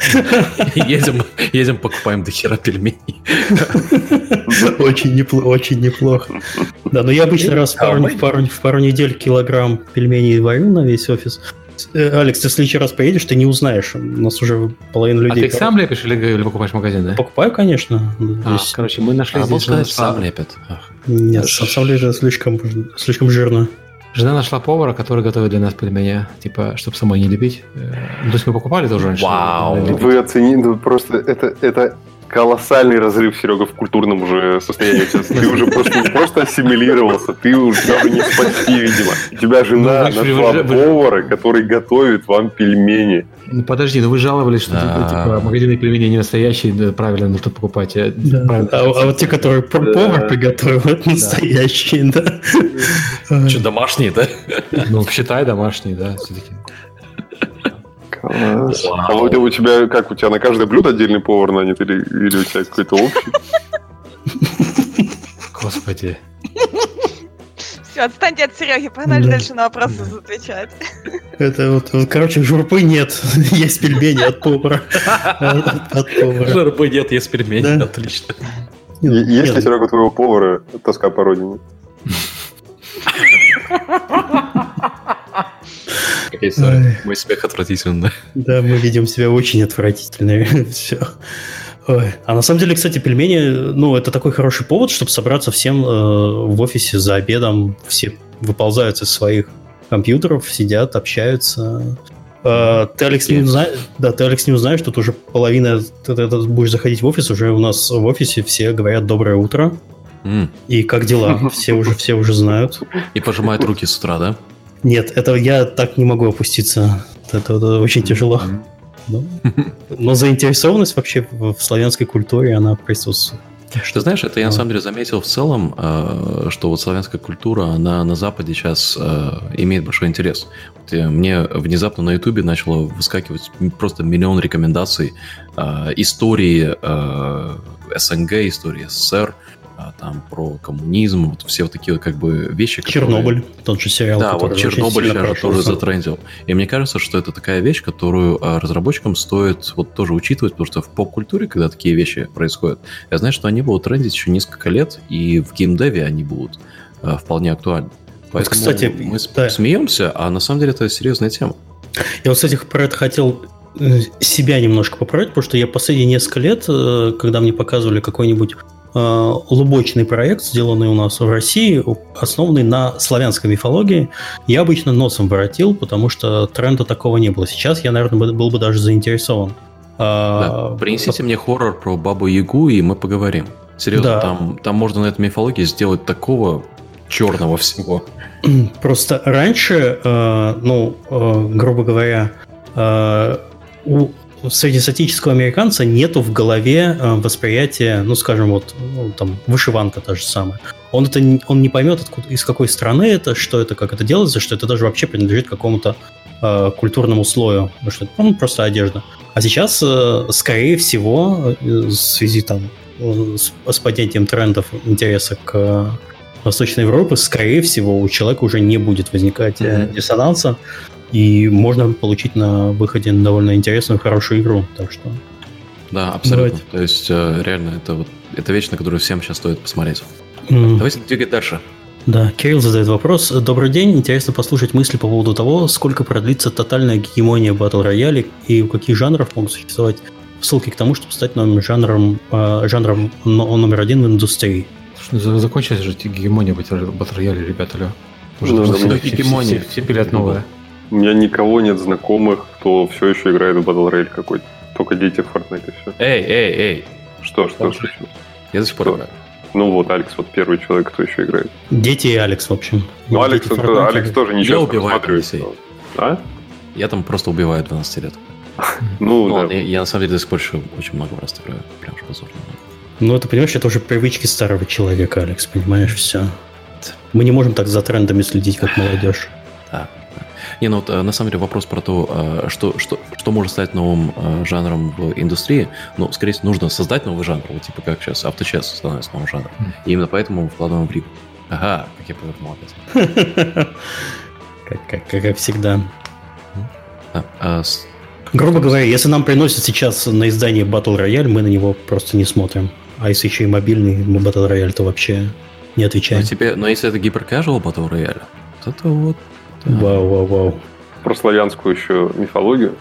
Едем, покупаем до хера пельменей. Очень неплохо. Да, но я обычно раз в пару недель килограмм пельменей варю на весь офис. Алекс, ты в следующий раз поедешь, ты не узнаешь. У нас уже половина людей... А ты их сам лепишь или покупаешь в магазин, да? Покупаю, конечно. Короче, мы нашли здесь... сам лепят. Нет, сам лепят слишком жирно. Жена нашла повара, который готовит для нас пельмени, типа, чтобы самой не лепить. То есть мы покупали тоже раньше. Вау. Вы оценили, просто это колоссальный разрыв, Серега, в культурном уже состоянии сейчас. Ты уже не просто ассимилировался, ты уже не спасти, видимо. У тебя жена нашла повара, который готовит вам пельмени. Ну, подожди, вы жаловались, что типа, магазинные пельмени не настоящие, правильно нужно покупать. А вот те, которые повар приготовил, это настоящие, да. Что, домашние, да? Ну, считай, домашние, да, все-таки. Класс. А вот у тебя, как, у тебя на каждое блюдо отдельный повар нанят или у тебя какой-то общий? Господи. Все, отстаньте от Сереги, погнали дальше на вопросы отвечать. Это вот, короче, журбы нет, есть пельмени от повара. Журбы нет, есть пельмени, отлично. Есть ли, Серега, у твоего повара тоска по родине? Мой смех отвратительный. Да, мы ведем себя очень отвратительно. Все. Ой. А на самом деле, кстати, пельмени, ну, это такой хороший повод, чтобы собраться всем в офисе за обедом. Все выползают из своих компьютеров, сидят, общаются. Ты, Алекс, не узнаешь, тут уже половина, ты будешь заходить в офис, уже у нас в офисе все говорят «доброе утро». И как дела? Все уже знают. И пожимают руки с утра, да? Нет, это я так не могу опуститься. Это очень тяжело. Но заинтересованность вообще в славянской культуре, она присутствует. Ты знаешь, это я на самом деле заметил в целом, что вот славянская культура, она на Западе сейчас имеет большой интерес. Вот мне внезапно на Ютубе начало выскакивать просто миллион рекомендаций истории СНГ, истории СССР, там про коммунизм, вот все вот такие вот как бы вещи. Чернобыль, тот же сериал. Да, вот Чернобыль сейчас тоже затрендил. И мне кажется, что это такая вещь, которую разработчикам стоит вот тоже учитывать, потому что в поп-культуре, когда такие вещи происходят, я знаю, что они будут трендить еще несколько лет, и в геймдеве они будут вполне актуальны. Поэтому кстати, мы смеемся, а на самом деле это серьезная тема. Я вот, кстати, про это хотел себя немножко поправить, потому что я последние несколько лет, когда мне показывали какой-нибудь лубочный проект, сделанный у нас в России, основанный на славянской мифологии. Я обычно носом воротил, потому что тренда такого не было. Сейчас я, наверное, был бы даже заинтересован. Да. Принесите мне хоррор про Бабу-Ягу, и мы поговорим. Серьезно, Да. там можно на этой мифологии сделать такого черного всего. Просто раньше, грубо говоря, у среднестатического американца нету в голове восприятия, вышиванка та же самая. Он не поймет, из какой страны это, что это, как это делается, что это даже вообще принадлежит какому-то культурному слою, потому что это просто одежда. А сейчас, скорее всего, в связи с поднятием трендов интереса к Восточной Европе, скорее всего, у человека уже не будет возникать диссонанса, и можно получить на выходе довольно интересную, хорошую игру. Так что... Да, абсолютно. Давайте. То есть, реально, это вещь, на которую всем сейчас стоит посмотреть. Давайте двигать дальше. Да, Кирилл задает вопрос. Добрый день. Интересно послушать мысли по поводу того, сколько продлится тотальная гегемония Battle Royale и у каких жанров могут существовать ссылки к тому, чтобы стать жанром номер один в индустрии. Закончилась же гегемония Battle Royale, ребята. Гегемония. Все пилят новое. У меня никого нет знакомых, кто все еще играет в Battle Royale какой-то. Только дети в Fortnite и все. Эй. Что случилось? Я до сих пор играю. Ну вот, Алекс, первый человек, кто еще играет. Дети и Алекс, в общем. Ну, Алекс тоже ничего Я убиваю просматривает. А? Я там просто убиваю 12 лет. Да. Я на самом деле до сих пор еще очень много раз играю. Прям же позорно. Ну, это, понимаешь, это уже привычки старого человека, Алекс, понимаешь, все. Мы не можем так за трендами следить, как молодежь. Да. На самом деле вопрос про то, что может стать новым жанром в индустрии. Скорее всего, нужно создать новый жанр, типа как сейчас авточес становится новым жанром. И именно поэтому мы вкладываем в Ригу. Ага, как я повернул опять. Как всегда. Грубо говоря, если нам приносят сейчас на издание Battle Royale, мы на него просто не смотрим. А если еще и мобильный Battle Royale, то вообще не отвечаем. Но если это гипер-casual Battle Royale, то это вот... Да. Вау. Про славянскую еще мифологию.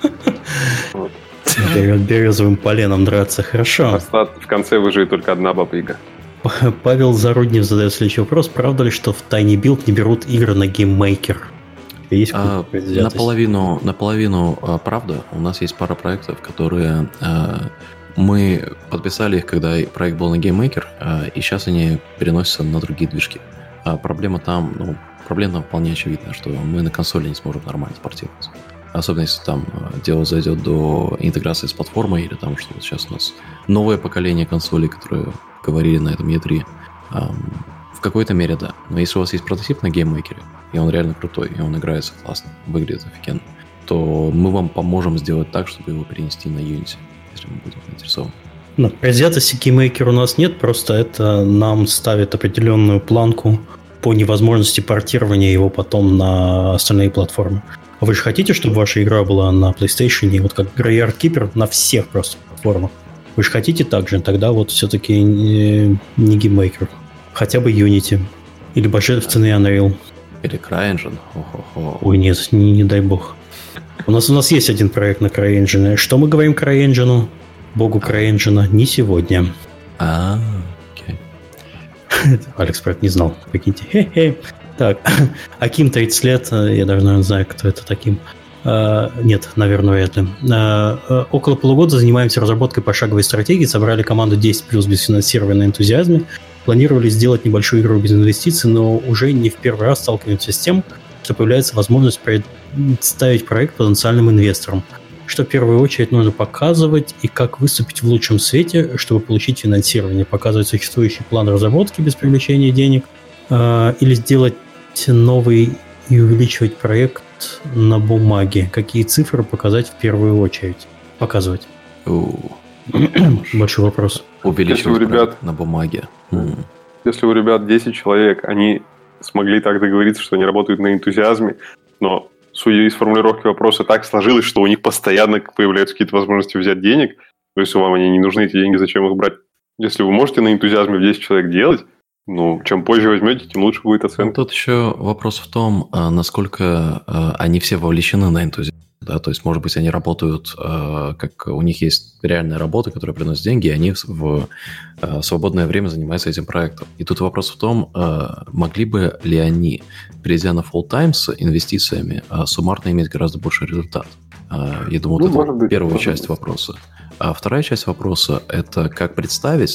Березовым поленом драться, хорошо. В конце выживет только одна Баба-Яга. Павел Заруднев задает следующий вопрос. Правда ли, что в Tiny Build не берут игры на GameMaker? Есть наполовину правда. У нас есть пара проектов, которые мы подписали их, когда проект был на GameMaker, и сейчас они переносятся на другие движки. Проблема там вполне очевидна, что мы на консоли не сможем нормально спортироваться. Особенно если там дело зайдет до интеграции с платформой, или там что вот сейчас у нас новое поколение консолей, которые говорили на этом E3. В какой-то мере да. Но если у вас есть прототип на GameMaker, и он реально крутой, и он играется классно, выглядит офигенно, то мы вам поможем сделать так, чтобы его перенести на Unity, если мы будем заинтересованы. Предвзятости GameMaker у нас нет, просто это нам ставит определенную планку по невозможности портирования его потом на остальные платформы. Вы же хотите, чтобы ваша игра была на PlayStation, вот как Graveyard Keeper, на всех просто платформах? Вы же хотите так же? Тогда вот все-таки не GameMaker. Хотя бы Unity. Или божественный Unreal. Или CryEngine. Ой, нет, не дай бог. У нас есть один проект на CryEngine. Что мы говорим CryEngine? Богу CryEngine не сегодня. Окей. Алекс про это не знал. Прикиньте. Хе-хе. Так, Аким 30 лет. Я даже, наверное, знаю, кто это таким. Нет, наверное, вряд ли. Около полугода занимаемся разработкой пошаговой стратегии. Собрали команду 10+, без финансирования на энтузиазме. Планировали сделать небольшую игру без инвестиций, но уже не в первый раз сталкиваемся с тем, что появляется возможность представить проект потенциальным инвесторам. Что в первую очередь нужно показывать и как выступить в лучшем свете, чтобы получить финансирование. Показывать существующий план разработки без привлечения денег или сделать новый и увеличивать проект на бумаге. Какие цифры показать в первую очередь? Показывать. Большой вопрос. Увеличивать проект на бумаге. Если у ребят 10 человек, они смогли так договориться, что они работают на энтузиазме, но судя из формулировки вопроса, так сложилось, что у них постоянно появляются какие-то возможности взять денег. То есть вам они не нужны, эти деньги, зачем их брать? Если вы можете на энтузиазме в 10 человек делать, чем позже возьмете, тем лучше будет оценка. Тут еще вопрос в том, насколько они все вовлечены на энтузиазм. Да, то есть, может быть, они работают, как у них есть реальная работа, которая приносит деньги, и они в свободное время занимаются этим проектом. И тут вопрос в том, могли бы ли они, перейдя на full-time с инвестициями, суммарно иметь гораздо больший результат? Я думаю, вот это первая часть вопроса. А вторая часть вопроса – это как представить,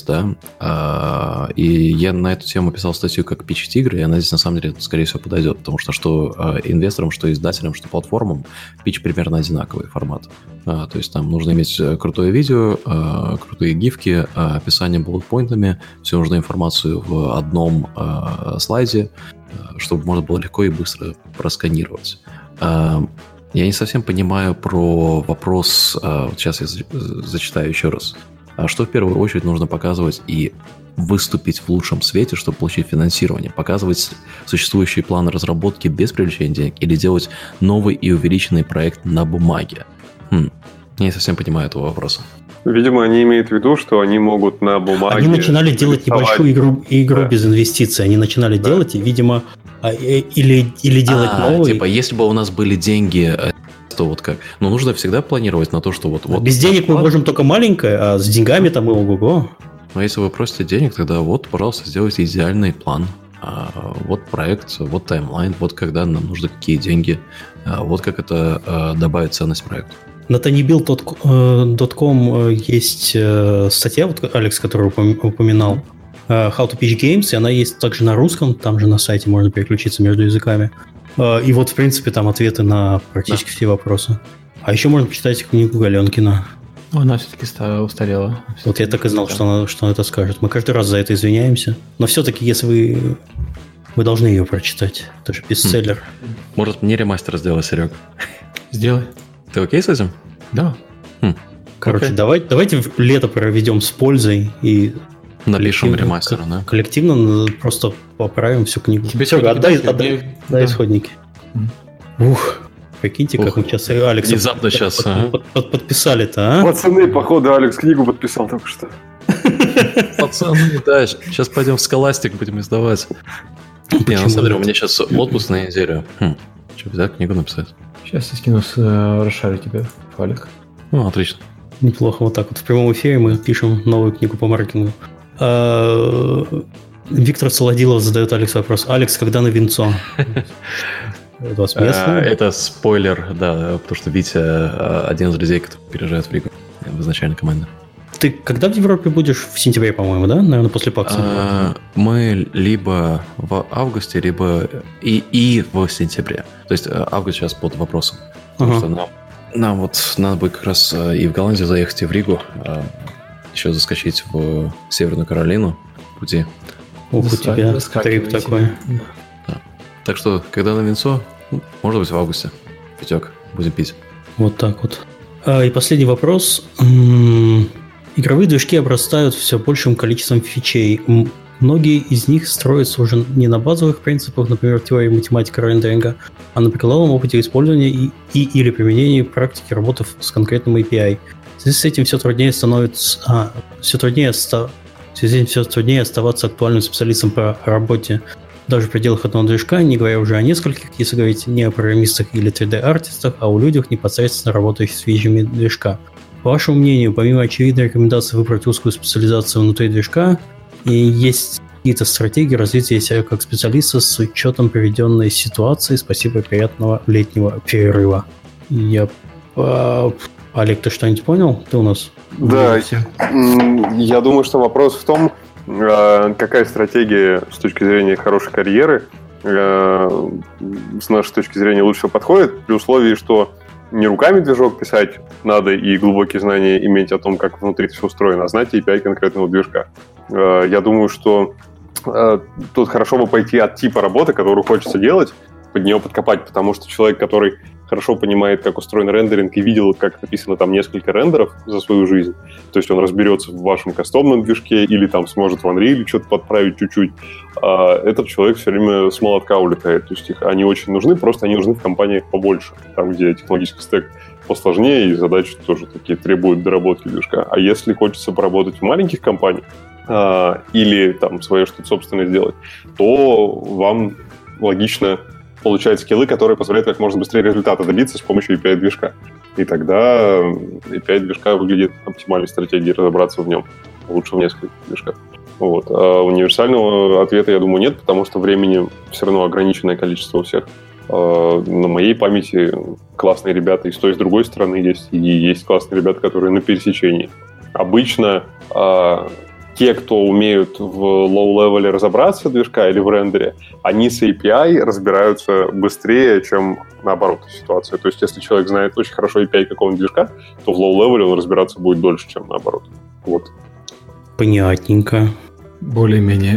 да, и я на эту тему писал статью как питчить игры, и она здесь на самом деле, скорее всего, подойдет, потому что инвесторам, что издателям, что платформам питч примерно одинаковый формат. То есть там нужно иметь крутое видео, крутые гифки, описание буллет-поинтами, всю нужную информацию в одном слайде, чтобы можно было легко и быстро просканировать. Я не совсем понимаю про вопрос, вот сейчас я зачитаю еще раз. Что в первую очередь нужно показывать и выступить в лучшем свете, чтобы получить финансирование? Показывать существующие планы разработки без привлечения денег или делать новый и увеличенный проект на бумаге? Я не совсем понимаю этого вопроса. Видимо, они имеют в виду, что они могут на бумаге... Они начинали делать небольшую игру да. без инвестиций. Они начинали делать, и, видимо, или делать новые. Типа, если бы у нас были деньги, то вот как? Но нужно всегда планировать на то, что вот... Без денег мы можем только маленькое, а с деньгами там и ого-го. Но если вы просите денег, тогда вот, пожалуйста, сделайте идеальный план. Вот проект, вот таймлайн, вот когда нам нужны какие деньги, вот как это добавит ценность проекту. На tinybuild.com есть статья, вот Алекс, которую упоминал, How to Pitch Games, и она есть также на русском, там же на сайте можно переключиться между языками. И вот, в принципе, там ответы на практически все вопросы. А еще можно почитать книгу Галенкина. Она все-таки устарела. Вот я так и знал, что она это скажет. Мы каждый раз за это извиняемся. Но все-таки, если вы должны ее прочитать. Это же бестселлер. Может, мне ремастер сделать, Серег? Сделай. Ты окей с этим? Да. Короче, давайте лето проведем с пользой и напишем ремастер, да? Коллективно просто поправим всю книгу. Серега, отдай исходники. Ух, прикиньте, как мы сейчас Алекс внезапно сейчас подписали-то, а? Пацаны, походу, Алекс книгу подписал только что. Пацаны, да, сейчас пойдем в Scholastic будем издавать. Не, на самом деле, у меня сейчас отпуск на неделю. Что, взять книгу написать? Сейчас я скину, расшарю тебе файлик. Ну, отлично. Неплохо, вот так вот. В прямом эфире мы пишем новую книгу по маркетингу. Виктор Солодилов задает Алексу вопрос. Алекс, когда на винцо? Это у вас местное? Это спойлер, да, потому что Витя один из друзей, который переезжает в Ригу в изначальной команде. Ты когда в Европе будешь? В сентябре, по-моему, да? Наверное, после пакса. Мы либо в августе, либо и в сентябре. То есть август сейчас под вопросом. Потому что нам вот надо будет как раз и в Голландию заехать, и в Ригу. Еще заскочить в Северную Каролину в пути. Ух, у тебя трип такой. Да. Так что, когда на винцо, может быть, в августе. Пятек, будем пить. Вот так вот. И последний вопрос. Игровые движки обрастают все большим количеством фичей. Многие из них строятся уже не на базовых принципах, например, теории математики рендеринга, а на прикладном опыте использования или применения практики работы с конкретным API. В связи с этим все труднее оставаться актуальным специалистом по работе даже в пределах одного движка, не говоря уже о нескольких, если говорить не о программистах или 3D-артистах, а о людях, непосредственно работающих с виджами движка. По вашему мнению, помимо очевидной рекомендации выбрать узкую специализацию внутри движка, есть какие-то стратегии развития себя как специалиста с учетом приведенной ситуации? Спасибо, приятного летнего перерыва. Олег, ты что-нибудь понял? Ты у нас? Да, я думаю, что вопрос в том, какая стратегия с точки зрения хорошей карьеры с нашей точки зрения лучше всего подходит, при условии, что не руками движок писать надо и глубокие знания иметь о том, как внутри все устроено, а знать API конкретного движка. Я думаю, что тут хорошо бы пойти от типа работы, которую хочется делать, под нее подкопать, потому что человек, который хорошо понимает, как устроен рендеринг и видел, как написано там несколько рендеров за свою жизнь, то есть он разберется в вашем кастомном движке или там сможет в Unreal что-то подправить чуть-чуть, этот человек все время с молотка улетает. То есть они очень нужны, просто они нужны в компаниях побольше, там, где технологический стек посложнее и задачи тоже такие требуют доработки движка. А если хочется поработать в маленьких компаниях или там свое что-то собственное сделать, то вам логично получает скиллы, которые позволяют как можно быстрее результата добиться с помощью API-движка. И тогда API-движка выглядит оптимальной стратегией разобраться в нем. Лучше в нескольких движках. Вот. А универсального ответа, я думаю, нет, потому что времени все равно ограниченное количество у всех. На моей памяти классные ребята и с той, и с другой стороны есть. И есть классные ребята, которые на пересечении. Обычно те, кто умеют в лоу-левеле разобраться движка или в рендере, они с API разбираются быстрее, чем наоборот ситуация. То есть, если человек знает очень хорошо API какого-нибудь движка, то в лоу-левеле он разбираться будет дольше, чем наоборот. Вот. Понятненько. Более-менее.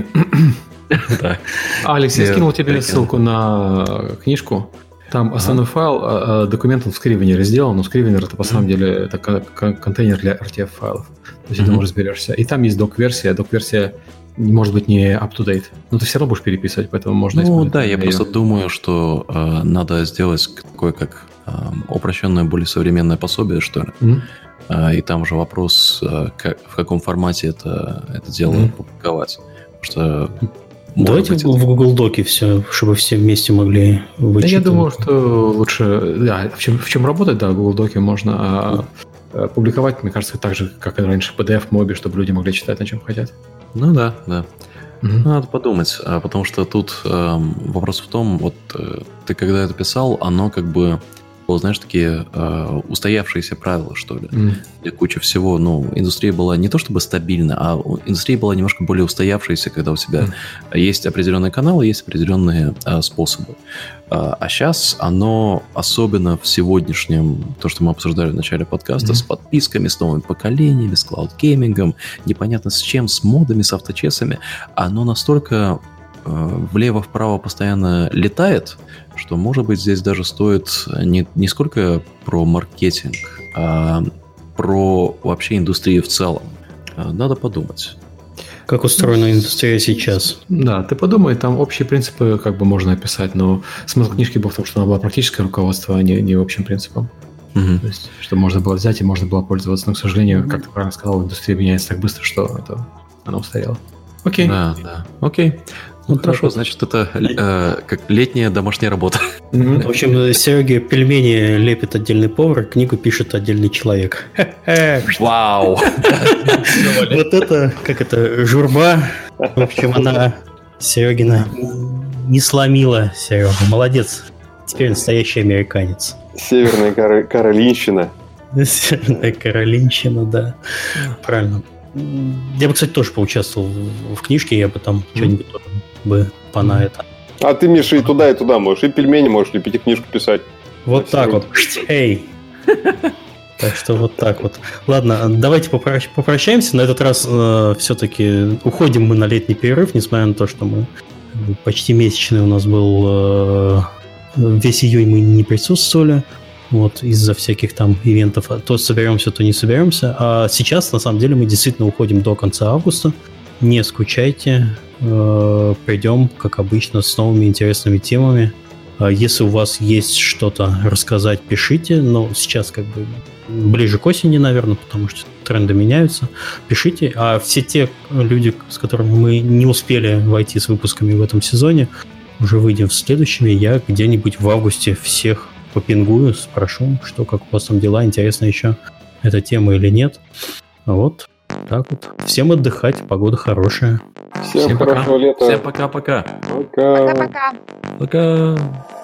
Да. Алекс, я скинул тебе ссылку на книжку. Там основной файл, документ он в Scrivener сделан, но Scrivener это, по самом деле, это контейнер для RTF-файлов. То есть, я думаю, разберешься. И там есть док-версия. Док-версия может быть не up-to-date, но ты все равно будешь переписывать, поэтому можно использовать. Ну да, я просто думаю, что надо сделать такое, как упрощенное, более современное пособие, что ли. И там же вопрос, в каком формате это дело публиковать. Потому что давайте в Google Доке все, чтобы все вместе могли вычитать. Да, я думаю, что лучше... Да, в чем работать, да, в Google Доке можно публиковать, мне кажется, так же, как и раньше, PDF, моби, чтобы люди могли читать, на чем хотят. Ну да. Надо подумать, потому что тут вопрос в том, вот ты когда это писал, оно как бы было, знаешь, такие устоявшиеся правила, что ли. Где куча всего, индустрия была не то чтобы стабильна, а индустрия была немножко более устоявшаяся, когда у тебя есть определенные каналы, есть определенные способы. А сейчас оно, особенно в сегодняшнем, то, что мы обсуждали в начале подкаста, с подписками, с новыми поколениями, с клауд-геймингом, непонятно с чем, с модами, с авточесами, оно настолько влево-вправо постоянно летает, что, может быть, здесь даже стоит не сколько про маркетинг, а про вообще индустрию в целом. Надо подумать. Как устроена индустрия сейчас? Да, ты подумай, там общие принципы как бы можно описать, но смысл книжки был в том, что она была практическое руководство, а не общим принципом. То есть, что можно было взять и можно было пользоваться, но, к сожалению, как ты правильно сказал, индустрия меняется так быстро, что она устарела. Окей. Да. Окей. Ну, хорошо, значит, это как летняя домашняя работа. В общем, Сереге пельмени лепит отдельный повар, книгу пишет отдельный человек. Вау! Вот это, журба. В общем, она Серегина не сломила Серегу. Молодец. Теперь настоящий американец. Северная Каролинщина. Северная Каролинщина, да. Правильно. Я бы, кстати, тоже поучаствовал в книжке, я бы там что-нибудь бы на это. А ты, Миша, и туда можешь, и пельмени можешь лепить, и книжку писать. Вот так вот. Эй! Так что вот так вот. Ладно, давайте попрощаемся. На этот раз все-таки уходим мы на летний перерыв, несмотря на то, что мы почти месячный у нас был. Весь июнь мы не присутствовали. Вот, из-за всяких там ивентов. То соберемся, то не соберемся. А сейчас, на самом деле, мы действительно уходим до конца августа. Не скучайте. Придем, как обычно, с новыми интересными темами. Если у вас есть что-то рассказать, пишите. Но сейчас как бы ближе к осени, наверное, потому что тренды меняются. Пишите. А все те люди, с которыми мы не успели войти с выпусками в этом сезоне, уже выйдем в следующем. Я где-нибудь в августе всех попингую, спрошу, что, как у вас там дела, интересно еще эта тема или нет. Вот, так вот. Всем отдыхать, погода хорошая. Всем хорошего лета. Всем пока-пока. Пока. Пока-пока. Пока.